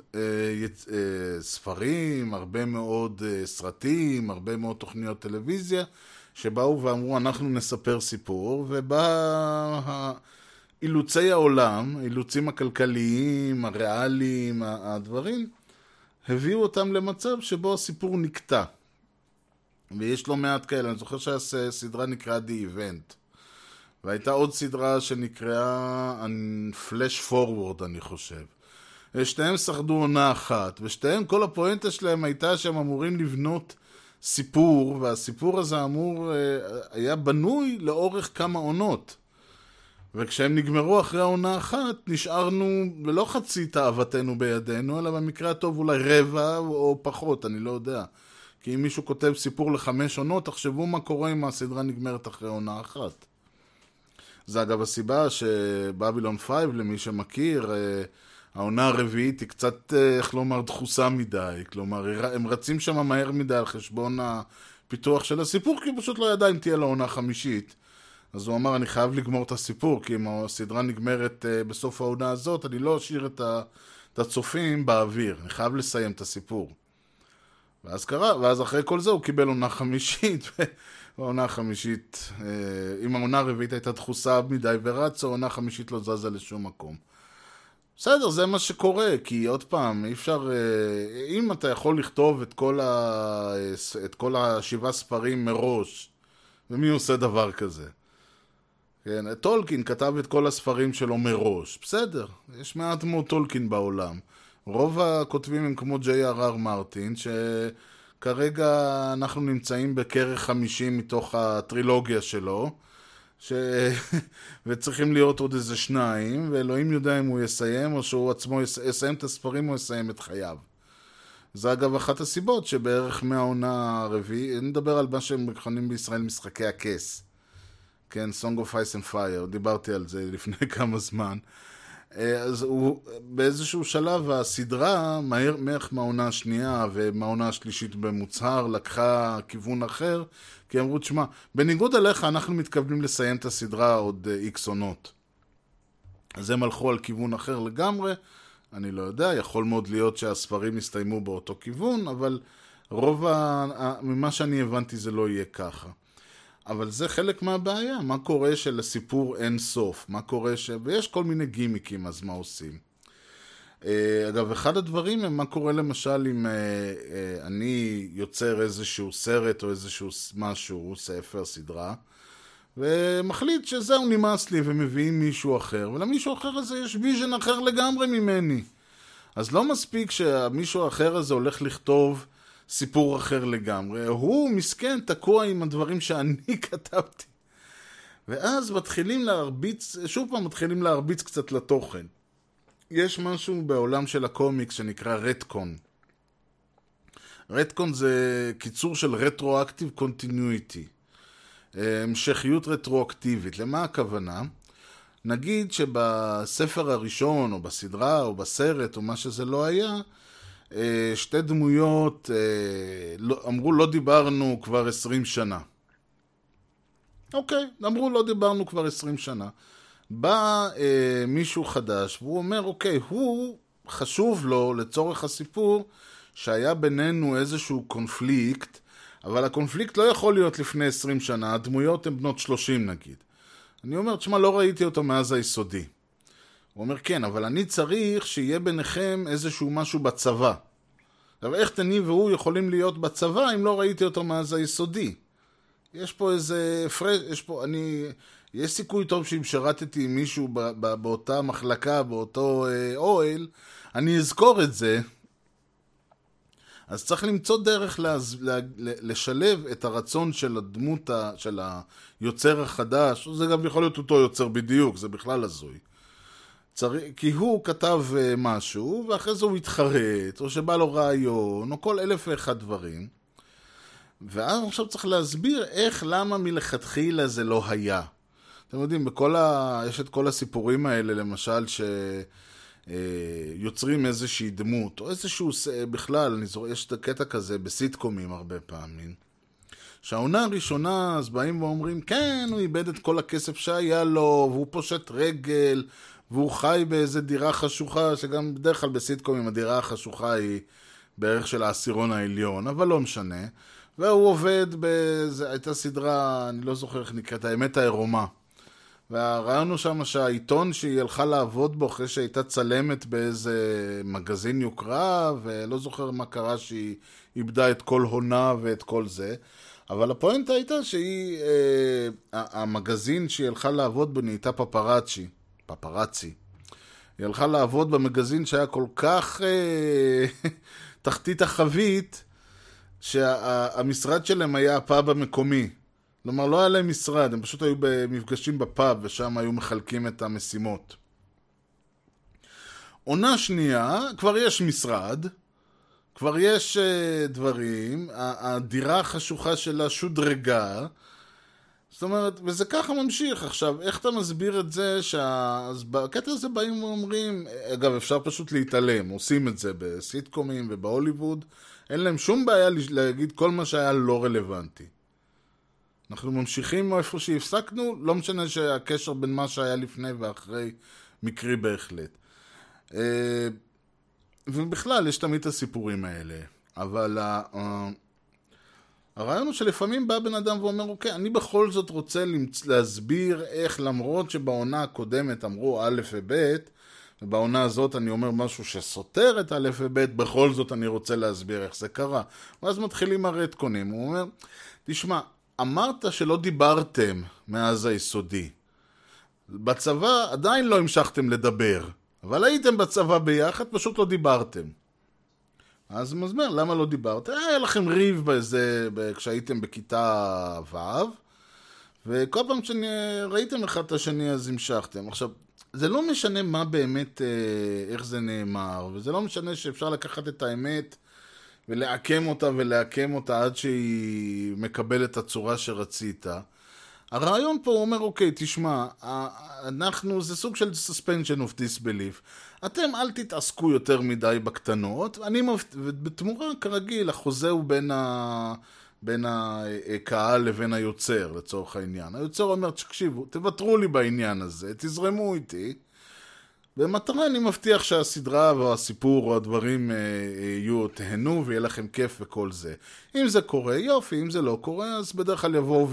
ספרים, הרבה מאוד סרטים, הרבה מאוד תוכניות טלוויזיה, שבאו ואמרו, אנחנו נספר סיפור, ובא אילוצי העולם, האילוצים הכלכליים, הריאליים, הדברים, הביאו אותם למצב שבו הסיפור נקטע. ויש לא מעט כאלה, אני זוכר שהסדרה נקראה The Event. והייתה עוד סדרה שנקראה Flash Forward, אני חושב. שתיהם שחדו עונה אחת, ושתיהם, כל הפואנטה שלהם הייתה שהם אמורים לבנות סיפור, והסיפור הזה היה בנוי לאורך כמה עונות. וכשהם נגמרו אחרי העונה אחת, נשארנו, ולא חצי תאוותנו בידינו, אלא במקרה הטוב אולי רבע או פחות, אני לא יודע. כי אם מישהו כותב סיפור ל5 עונות, תחשבו מה קורה אם הסדרה נגמרת אחרי עונה אחת. זה אגב הסיבה שבבילון 5, למי שמכיר, העונה הרביעית היא קצת, איך לומר, דחוסה מדי. כלומר, הם רצים שם מהר מדי על חשבון הפיתוח של הסיפור, כי פשוט לא ידע אם תהיה לעונה חמישית. אז הוא אמר, אני חייב לגמור את הסיפור, כי אם הסדרה נגמרת בסוף העונה הזאת, אני לא אשאיר את הצופים באוויר, אני חייב לסיים את הסיפור. ואז קרה, ואז אחרי כל זה הוא קיבל עונה חמישית, והעונה החמישית, אם העונה הרביעית הייתה דחוסה מדי ורצה, העונה החמישית לא זזה לשום מקום. בסדר, זה מה שקורה, כי עוד פעם, אי אפשר, אם אתה יכול לכתוב את כל 7 ספרים מראש, ומי עושה דבר כזה? כן, טולקין כתב את כל הספרים שלו מראש, בסדר, יש מעט מאוד טולקין בעולם. רוב הכותבים הם כמו J.R.R. מרטין, שכרגע אנחנו נמצאים בכרך 50 מתוך הטרילוגיה שלו, וצריכים להיות עוד איזה 2, ואלוהים יודע אם הוא יסיים, או שהוא עצמו יסיים את הספרים או יסיים את חייו. זה אגב אחת הסיבות שבערך מהעונה הרביעית, נדבר על מה שהם מכנים בישראל משחקי הכס. כן, Song of Ice and Fire, דיברתי על זה לפני כמה זמן. אז הוא באיזשהו שלב הסדרה, מהר מהעונה השנייה ומהעונה השלישית במוצהר, לקחה כיוון אחר, כי אמרו, תשמע, בניגוד אליך אנחנו מתכוונים לסיים את הסדרה עוד X עונות. אז הם הלכו על כיוון אחר לגמרי, אני לא יודע, יכול מאוד להיות שהספרים יסתיימו באותו כיוון, אבל ממה שאני הבנתי זה לא יהיה ככה. אבל זה חלק מהבעיה, מה קורה שלסיפור אין סוף, מה קורה ויש כל מיני גימיקים, אז מה עושים? אגב, אחד הדברים הם מה קורה למשל אם אני יוצר איזשהו סרט או איזשהו משהו, ספר, סדרה, ומחליט שזהו נמאס לי ומביאים מישהו אחר, ולמישהו אחר הזה יש ויז'ן אחר לגמרי ממני. אז לא מספיק שהמישהו האחר הזה הולך לכתוב סיפור אחר לגמרי, הוא מסכן תקוע עם הדברים שאני כתבתי. ואז מתחילים להרביץ, שוב פעם מתחילים להרביץ קצת לתוכן. יש משהו בעולם של הקומיקס שנקרא רטקון. רטקון זה קיצור של רטרואקטיב קונטיניויטי. המשכיות רטרואקטיבית. למה הכוונה? נגיד שבספר הראשון או בסדרה או בסרט או מה שזה לא היה, 2 דמויות אמרו לא דיברנו כבר 20 שנה. אוקיי, אמרו לא דיברנו כבר 20 שנה. בא מישהו חדש, והוא אומר, אוקיי, הוא חשוב לו לצורך הסיפור, שהיה בינינו איזשהו קונפליקט, אבל הקונפליקט לא יכול להיות לפני 20 שנה, הדמויות הן בנות 30 נגיד. אני אומר, תשמע, לא ראיתי אותו מאז היסודי. הוא אומר, כן, אבל אני צריך שיהיה ביניכם איזשהו משהו בצבא. אבל איך תני והוא יכולים להיות בצבא אם לא ראיתי אותו מאז היסודי? יש פה איזה יש סיכוי טוב שאם שרתתי עם מישהו באותה מחלקה, באותו אוהל, אני אזכור את זה. אז צריך למצוא דרך לשלב את הרצון של הדמות, של היוצר החדש, זה גם יכול להיות אותו יוצר בדיוק, זה בכלל הזוי. כי הוא כתב משהו, ואחרי זה הוא התחרט, או שבא לו רעיון, או כל 1001 דברים. ואז עכשיו צריך להסביר למה מלכתחילה זה לא היה. אתם יודעים, יש את כל הסיפורים האלה, למשל, שיוצרים איזושהי דמות, או איזשהו, בכלל, יש את הקטע כזה בסיטקומים הרבה פעמים, שהעונה הראשונה, אז באים ואומרים, כן, הוא איבד את כל הכסף שהיה לו, והוא פושט רגל, והוא חי באיזה דירה חשוכה, שגם בדרך כלל בסיטקומים הדירה החשוכה היא בערך של העשירון העליון, אבל לא משנה. והוא עובד הייתה סדרה, אני לא זוכר איך נקראת, האמת העירומה. והרעיון הוא שם שהעיתון שהיא הלכה לעבוד בו אחרי שהייתה צלמת באיזה מגזין יוקרה, ולא זוכר מה קרה שהיא איבדה את כל הונה ואת כל זה. אבל הפואנטה הייתה שהיא, המגזין שהיא הלכה לעבוד בו נהייתה פפרצי. היא הלכה לעבוד במגזין שהיה כל כך תחתית החבית, שהמשרד שלהם היה הפאב המקומי. כלומר, לא היה להם משרד, הם פשוט היו במפגשים בפאב, ושם היו מחלקים את המשימות. עונה שנייה, כבר יש משרד, כבר יש דברים, הדירה החשוכה שלה שודרגה, זאת אומרת, וזה ככה ממשיך. עכשיו, איך אתה מסביר את זה אז בקטע הזה באים ואומרים, אגב, אפשר פשוט להתעלם, עושים את זה בסיטקומים ובהוליווד, אין להם שום בעיה להגיד כל מה שהיה לא רלוונטי. אנחנו ממשיכים איפה שהפסקנו, לא משנה שהקשר בין מה שהיה לפני ואחרי מקרי בהחלט. ובכלל, יש תמיד את הסיפורים האלה, אבל הרעיון הוא שלפעמים בא בן אדם ואומר, אוקיי, אני בכל זאת רוצה להסביר איך, למרות שבעונה הקודמת אמרו א' וב', ובעונה הזאת אני אומר משהו שסותר את א' וב', בכל זאת אני רוצה להסביר איך זה קרה. ואז מתחילים הרטקונים, הוא אומר, תשמע, אמרת שלא דיברתם מאז היסודי. בצבא עדיין לא המשכתם לדבר, אבל הייתם בצבא ביחד, פשוט לא דיברתם. אז הוא מסביר, למה לא דיברתם? היה לכם ריב כשהייתם בכיתה ו', וכל פעם שראיתם אחד את השני אז המשכתם. עכשיו, זה לא משנה מה באמת, איך זה נאמר, וזה לא משנה שאפשר לקחת את האמת ולעקם אותה עד שהיא מקבלת את הצורה שרצית. הרעיון פה הוא אומר, אוקיי, תשמע, זה סוג של suspension of disbelief. אתם אל תתעסקו יותר מדי בקטנות, ובתמורה כרגיל, החוזה הוא בין הקהל לבין היוצר, לצורך העניין. היוצר אומר, תקשיבו, תוותרו לי בעניין הזה, תזרמו איתי, במטרה אני מבטיח שהסדרה והסיפור או הדברים תהנו ויהיה לכם כיף וכל זה. אם זה קורה, יופי, אם זה לא קורה, אז בדרך כלל יבואו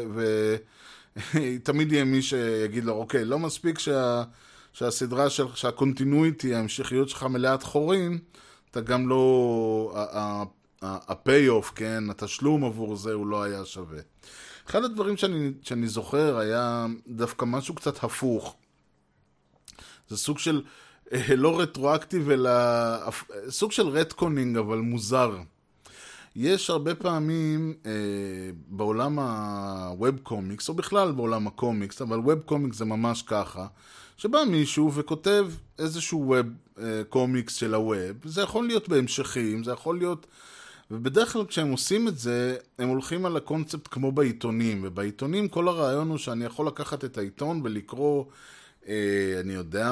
ותמיד יהיה מי שיגיד לו, אוקיי, לא מספיק שהסדרה שהקונטינויטי, ההמשכיות שלך מלאת חורים, אתה גם לא, הפי-אוף, כן, התשלום עבור זה הוא לא היה שווה. אחד הדברים שאני זוכר היה דווקא משהו קצת הפוך. זה סוג של, לא רטרואקטיב, אלא סוג של רטקונינג, אבל מוזר. יש הרבה פעמים בעולם הווב קומיקס, או בכלל בעולם הקומיקס, אבל ווב קומיקס זה ממש ככה, שבא מישהו וכותב איזשהו ווב קומיקס של הווב, זה יכול להיות בהמשכים, זה יכול להיות, ובדרך כלל כשהם עושים את זה, הם הולכים על הקונספט כמו בעיתונים, ובעיתונים כל הרעיון הוא שאני יכול לקחת את העיתון ולקרוא, אני יודע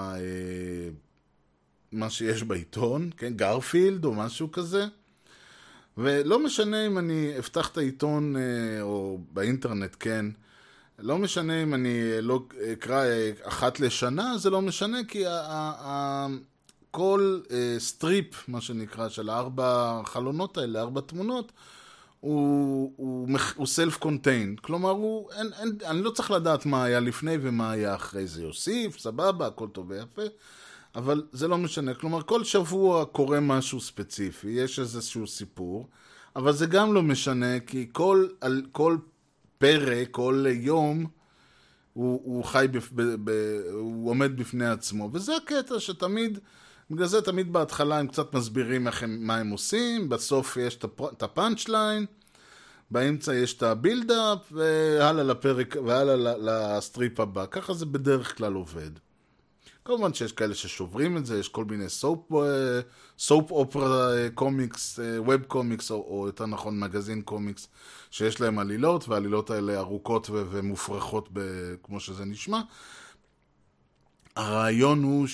מה שיש בעיתון, כן? גרפילד או משהו כזה. ולא משנה אם אני אפתח את העיתון או באינטרנט, כן? לא משנה אם אני לא אקרא אחת לשנה, זה לא משנה, כי כל סטריפ, מה שנקרא, של 4 חלונות האלה, 4 תמונות, הוא self-contained. כלומר, אני לא צריך לדעת מה היה לפני ומה היה אחרי זה. יוסיף, סבבה, הכל טוב ויפה, אבל זה לא משנה. כלומר, כל שבוע קורה משהו ספציפי, יש איזשהו סיפור, אבל זה גם לא משנה, כי כל פרק, כל יום, הוא חי, הוא עומד בפני עצמו. וזה הקטע שתמיד, בגלל זה תמיד בהתחלה הם קצת מסבירים מה הם עושים, בסוף יש את הפאנץ' ליין, באמצע יש את הבילדאפ, והלאה לפרק, והלאה לסטריפ הבא. ככה זה בדרך כלל עובד. כמובן שיש כאלה ששוברים את זה, יש כל מיני סופ אופרה קומיקס, ווב קומיקס, או יותר נכון מגזין קומיקס, שיש להם עלילות, והעלילות האלה ארוכות ומופרכות כמו שזה נשמע. הרעיון הוא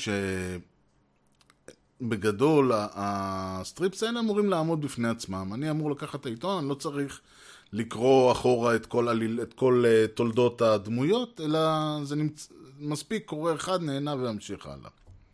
שבגדול הסטריפס האלה אמורים לעמוד בפני עצמם. אני אמור לקחת את העיתון, אני לא צריך לקרוא אחורה את כל תולדות הדמויות, אלא זה מספיק קורא אחד, נהנה והמשיך הלאה.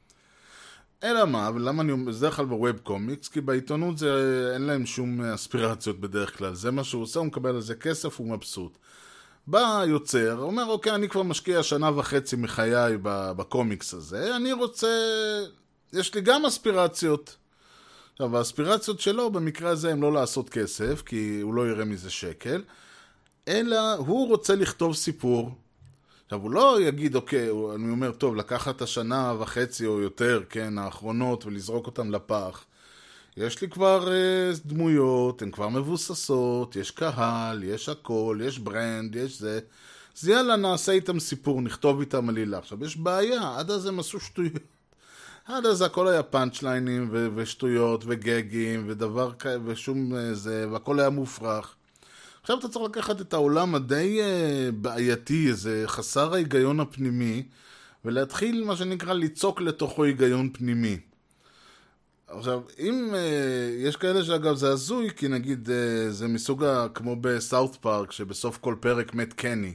אלא מה, ולמה אני אומר, זה דרך כלל בווב קומיקס, כי בעיתונות אין להם שום אספירציות בדרך כלל. זה מה שהוא עושה, הוא מקבל על זה כסף, הוא מבסוט. בא היוצר, אומר, אוקיי, אני כבר משקיע 1.5 שנה מחיי בקומיקס הזה, אני רוצה, יש לי גם אספירציות. עכשיו, האספירציות שלו במקרה הזה הם לא לעשות כסף, כי הוא לא יראה מזה שקל, אלא הוא רוצה לכתוב סיפור. עכשיו, הוא לא יגיד, אוקיי, אני אומר, טוב, לקחת את 1.5 שנה או יותר, כן, האחרונות, ולזרוק אותם לפח. יש לי כבר דמויות, הן כבר מבוססות, יש קהל, יש הכל, יש ברנד, יש זה. אז יאללה, נעשה איתם סיפור, נכתוב איתם עלילה. עכשיו, יש בעיה, עד אז הם עשו שטויות. עד אז הכל היה פאנצ'ליינים ושטויות וגגים ודבר כאלה ושום זה, והכל היה מופרך. עכשיו אתה צריך לקחת את העולם הדי בעייתי, איזה חסר ההיגיון הפנימי, ולהתחיל מה שנקרא ליצוק לתוכו היגיון פנימי. עכשיו, אם יש כאלה שאגב זה הזוי, כי נגיד זה מסוג כמו בסאות' פארק, שבסוף כל פרק מת קני.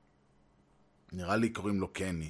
נראה לי קוראים לו קני.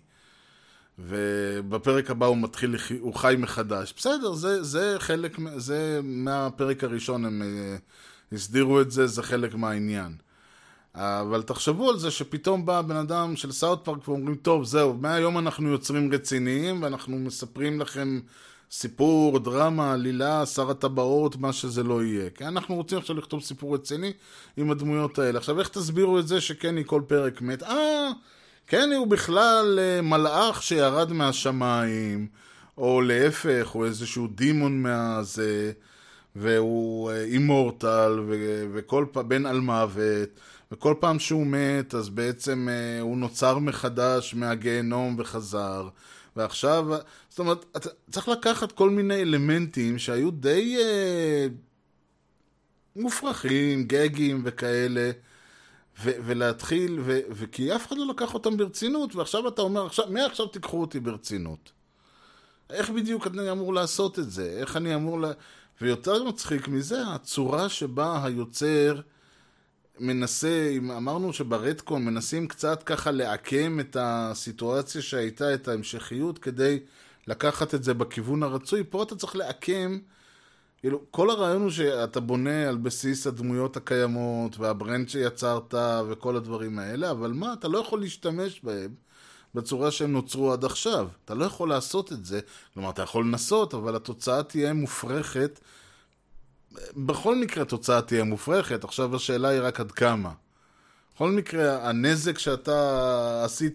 ובפרק הבא הוא חי מחדש. בסדר, זה חלק, זה מהפרק הראשון הם הסדירו את זה, זה חלק מהעניין. אבל תחשבו על זה שפתאום בא בן אדם של סאות' פארק ואומרים, טוב, זהו, מהיום אנחנו יוצרים רציניים, ואנחנו מספרים לכם סיפור, דרמה, עלילה, שר הטבעות, מה שזה לא יהיה. כי אנחנו רוצים עכשיו לכתוב סיפור רציני עם הדמויות האלה. עכשיו, איך תסבירו את זה שקני כל פרק מת? קני הוא בכלל מלאך שירד מהשמיים, או להפך, הוא איזשהו דימון מהזה, והוא אימורטל, וכל פעם בן על מוות, וכל פעם שהוא מת, אז בעצם הוא נוצר מחדש מהגיהנום וחזר. ועכשיו, זאת אומרת, אתה צריך לקחת כל מיני אלמנטים שהיו די מופרכים, גגים וכאלה, ולהתחיל, וכי אף אחד לא לקח אותם ברצינות, ועכשיו אתה אומר, מעכשיו תיקחו אותי ברצינות. איך בדיוק אני אמור לעשות את זה? איך אני אמור ויותר מצחיק מזה, הצורה שבה היוצר מנסה, אמרנו שברדקון מנסים קצת ככה לעקם את הסיטואציה שהייתה, את ההמשכיות, כדי לקחת את זה בכיוון הרצוי. פה אתה צריך לעקם, כל הרעיון הוא שאתה בונה על בסיס הדמויות הקיימות, והברנד שיצרת וכל הדברים האלה, אבל מה? אתה לא יכול להשתמש בהם בצורה שהם נוצרו עד עכשיו. אתה לא יכול לעשות את זה, כלומר, אתה יכול לנסות, אבל התוצאה תהיה מופרכת. בכל מקרה התוצאה תהיה מופרכת, עכשיו השאלה היא רק עד כמה. בכל מקרה, הנזק שאתה עשית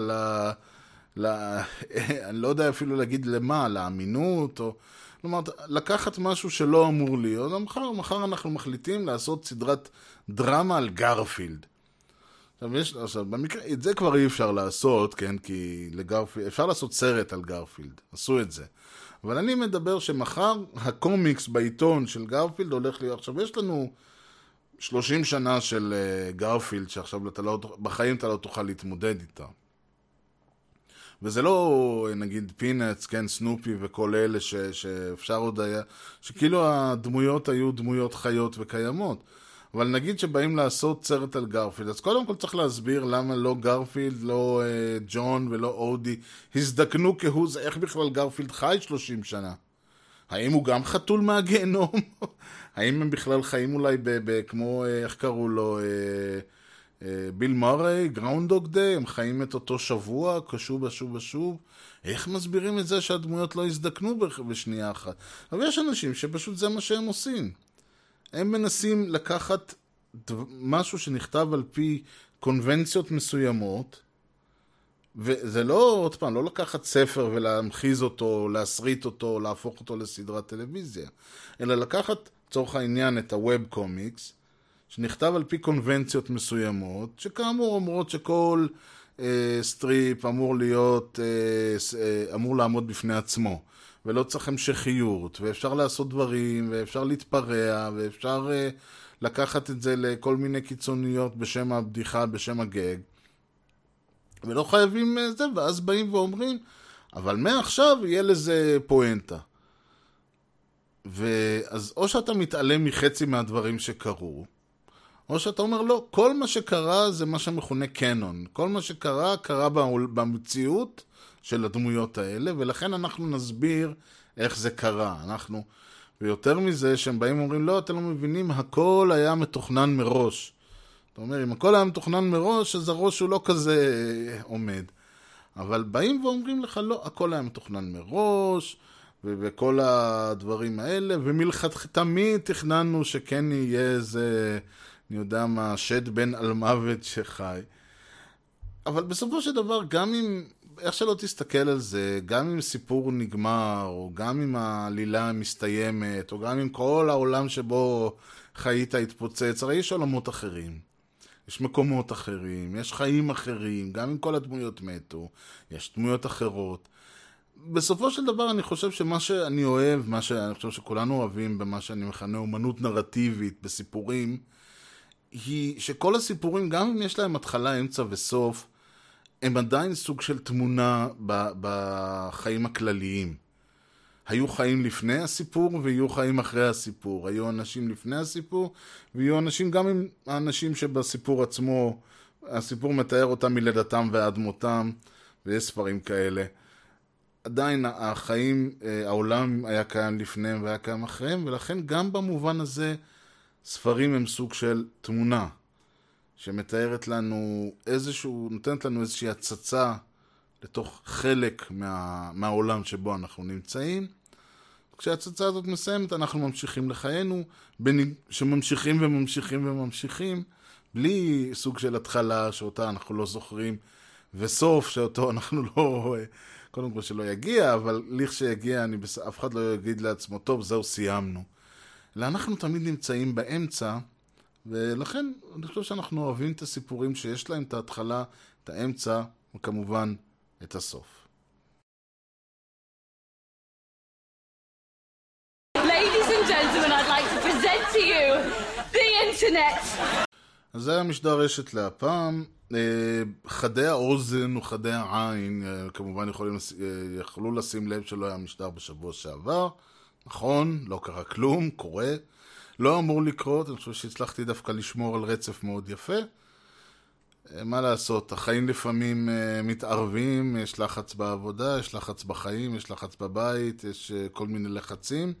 אני לא יודע אפילו להגיד למה, לאמינות, או כלומר, לקחת משהו שלא אמור להיות, מחר אנחנו מחליטים לעשות סדרת דרמה על גרפילד. עכשיו, במקרה, את זה כבר אי אפשר לעשות, כן, כי אפשר לעשות סרט על גרפילד, עשו את זה. אבל אני מדבר שמחר הקומיקס בעיתון של גרפילד הולך להיות, עכשיו יש לנו 30 שנה של גרפילד, שעכשיו בחיים אתה לא תוכל להתמודד איתה. וזה לא, נגיד, פינאץ, כן, סנופי וכל אלה שאפשר עוד היה, שכאילו הדמויות היו דמויות חיות וקיימות. אבל נגיד שבאים לעשות סרט על גרפילד, אז קודם כל צריך להסביר למה לא גרפילד, לא ג'ון ולא אודי הזדקנו כהוא, איך בכלל גרפילד חי 30 שנה? האם הוא גם חתול מהגיהנום? האם הם בכלל חיים אולי כמו, איך קראו לו, ביל מורי, גראונדוג דיי, הם חיים את אותו שבוע, שוב ושוב ושוב? איך מסבירים את זה שהדמויות לא הזדקנו בשנייה אחת? אבל יש אנשים שפשוט זה מה שהם עושים. הם מנסים לקחת משהו שנכתב על פי קונבנציות מסוימות, וזה לא, עוד פעם, לא לקחת ספר ולהמחיז אותו, להסריט אותו, להפוך אותו לסדרת טלוויזיה, אלא לקחת, צורך העניין, את הווב קומיקס, שנכתב על פי קונבנציות מסוימות, שכאמור אומרות שכל סטריפ אמור לעמוד בפני עצמו, ולא צריך המשכיות, ואפשר לעשות דברים, ואפשר להתפרע, ואפשר לקחת את זה לכל מיני קיצוניות בשם הבדיחה, בשם הגג, ולא חייבים זה, ואז באים ואומרים, אבל מעכשיו יהיה לזה פואנטה. ואז או שאתה מתעלם מחצי מהדברים שקרו, או שאתה אומר לא, כל מה שקרה זה מה שמכונה קנון. כל מה שקרה, קרה במציאות של הדמויות האלה, ולכן אנחנו נסביר איך זה קרה. ויותר מזה, שהם באים ואומרים, לא, אתם לא מבינים, הכל היה מתוכנן מראש. אתה אומר, אם הכל היה מתוכנן מראש, אז הראש הוא לא כזה עומד. אבל באים ואומרים לך, לא, הכל היה מתוכנן מראש, וכל הדברים האלה, תמיד תכננו שכן יהיה איזה, אני יודע מה, שד בן על מוות שחי. אבל בסופו של דבר, גם אם, איך שלא תסתכל על זה, גם אם סיפור נגמר, או גם אם העלילה מסתיימת, או גם אם כל העולם שבו חיית התפוצץ, הרי יש עולמות אחרים. יש מקומות אחרים, יש חיים אחרים, גם אם כל הדמויות מתו, יש דמויות אחרות. בסופו של דבר אני חושב שמה שאני אוהב, מה שאני חושב שכולנו אוהבים במה שאני מכנה אומנות נרטיבית בסיפורים, היא שכל הסיפורים, גם אם יש להם התחלה, אמצע וסוף, הם עדיין סוג של תמונה בחיים הכלליים. היו חיים לפני הסיפור ויהיו חיים אחרי הסיפור. היו אנשים לפני הסיפור ויהיו אנשים, גם עם האנשים שבסיפור עצמו, הסיפור מתאר אותם מלידתם ועד מותם, ויש ספרים כאלה. עדיין החיים, העולם היה קיים לפניהם והיה קיים אחריהם, ולכן גם במובן הזה ספרים הם סוג של תמונה, שמתארת לנו נותנת לנו איזושהי הצצה לתוך חלק מהעולם שבו אנחנו נמצאים. כשהצצה הזאת מסיימת, אנחנו ממשיכים לחיינו, שממשיכים וממשיכים וממשיכים, בלי סוג של התחלה שאותה אנחנו לא זוכרים, וסוף שאותו אנחנו לא, קודם כל שלא יגיע, אבל לכשיגיע, אף אחד לא יגיד לעצמו, טוב, זהו, סיימנו. אלא אנחנו תמיד נמצאים באמצע, ולכן אני חושב שאנחנו אוהבים את הסיפורים שיש להם את ההתחלה, את האמצע, וכמובן את הסוף. Ladies and gentlemen, I'd like to present to you the internet. אז זה היה משדר רשת להפעם. חדי האוזן וחדי העין כמובן יכלו לשים לב שלא היה משדר בשבוע שעבר. נכון, לא קרה כלום, קורה. לא אמור לקרות, אני חושב שהצלחתי דווקא לשמור על רצף מאוד יפה. מה לעשות, החיים לפעמים מתערבים, יש לחץ בעבודה, יש לחץ בחיים, יש לחץ בבית, יש כל מיני לחצים.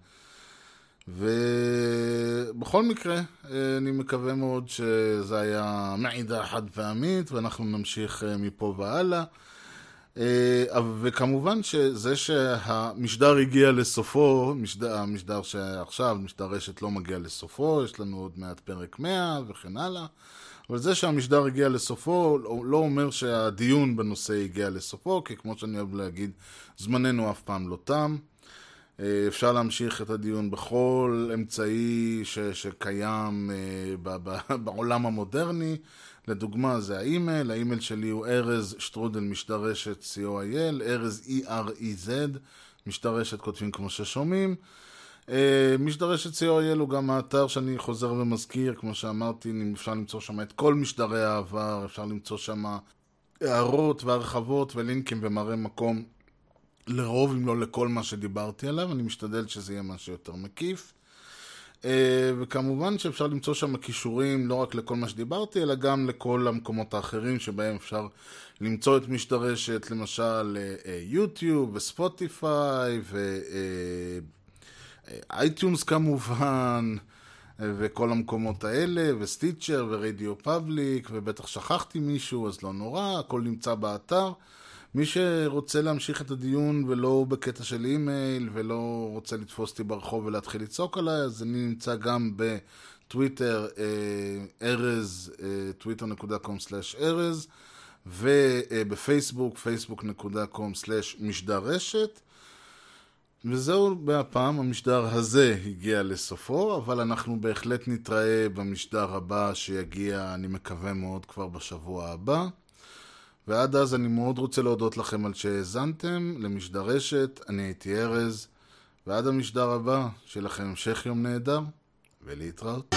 ובכל מקרה, אני מקווה מאוד שזה היה מעידה חד פעמית, ואנחנו נמשיך מפה והלאה. וכמובן שזה שהמשדר הגיע לסופו, המשדר שעכשיו, משדר רשת לא מגיע לסופו, יש לנו עוד מעט פרק 100 וכן הלאה. אבל זה שהמשדר הגיע לסופו לא אומר שהדיון בנושא הגיע לסופו, כי כמו שאני אוהב להגיד, זמננו אף פעם לא תם. אפשר להמשיך את הדיון בכל אמצעי שקיים בעולם המודרני. לדוגמה זה האימייל שלי הוא erez@משדרשת.co.il, erez E-R-E-Z, משדרשת כותבים כמו ששומעים. משדרשת.co.il הוא גם האתר שאני חוזר ומזכיר, כמו שאמרתי, אפשר למצוא שם את כל משדרי העבר, אפשר למצוא שם הערות והרחבות ולינקים ומראה מקום לרוב אם לא לכל מה שדיברתי עליו, אני משתדל שזה יהיה משהו יותר מקיף. וכמובן שאפשר למצוא שם קישורים לא רק לכל מה שדיברתי, אלא גם לכל המקומות האחרים שבהם אפשר למצוא את משדרשת, למשל יוטיוב וספוטיפיי ואייטיונס כמובן, וכל המקומות האלה, וסטיצ'ר ורדיו פאבליק, ובטח שכחתי מישהו, אז לא נורא, הכל נמצא באתר. מי שרוצה להמשיך את הדיון ולא בקטע של אימייל, ולא רוצה לתפוס אותי ברחוב ולהתחיל לצעוק עליי, אז אני נמצא גם בטוויטר, ארז, twitter.com/ארז, ובפייסבוק, facebook.com/משדרשת. וזהו בהפעם, המשדר הזה הגיע לסופו, אבל אנחנו בהחלט נתראה במשדר הבא שיגיע, אני מקווה מאוד, כבר בשבוע הבא. ועד אז אני מאוד רוצה להודות לכם על שהאזנתם למשדרשת, אני הייתי ארז, ועד המשדר הבא, שיהיה לכם המשך יום נהדר, ולהתראות.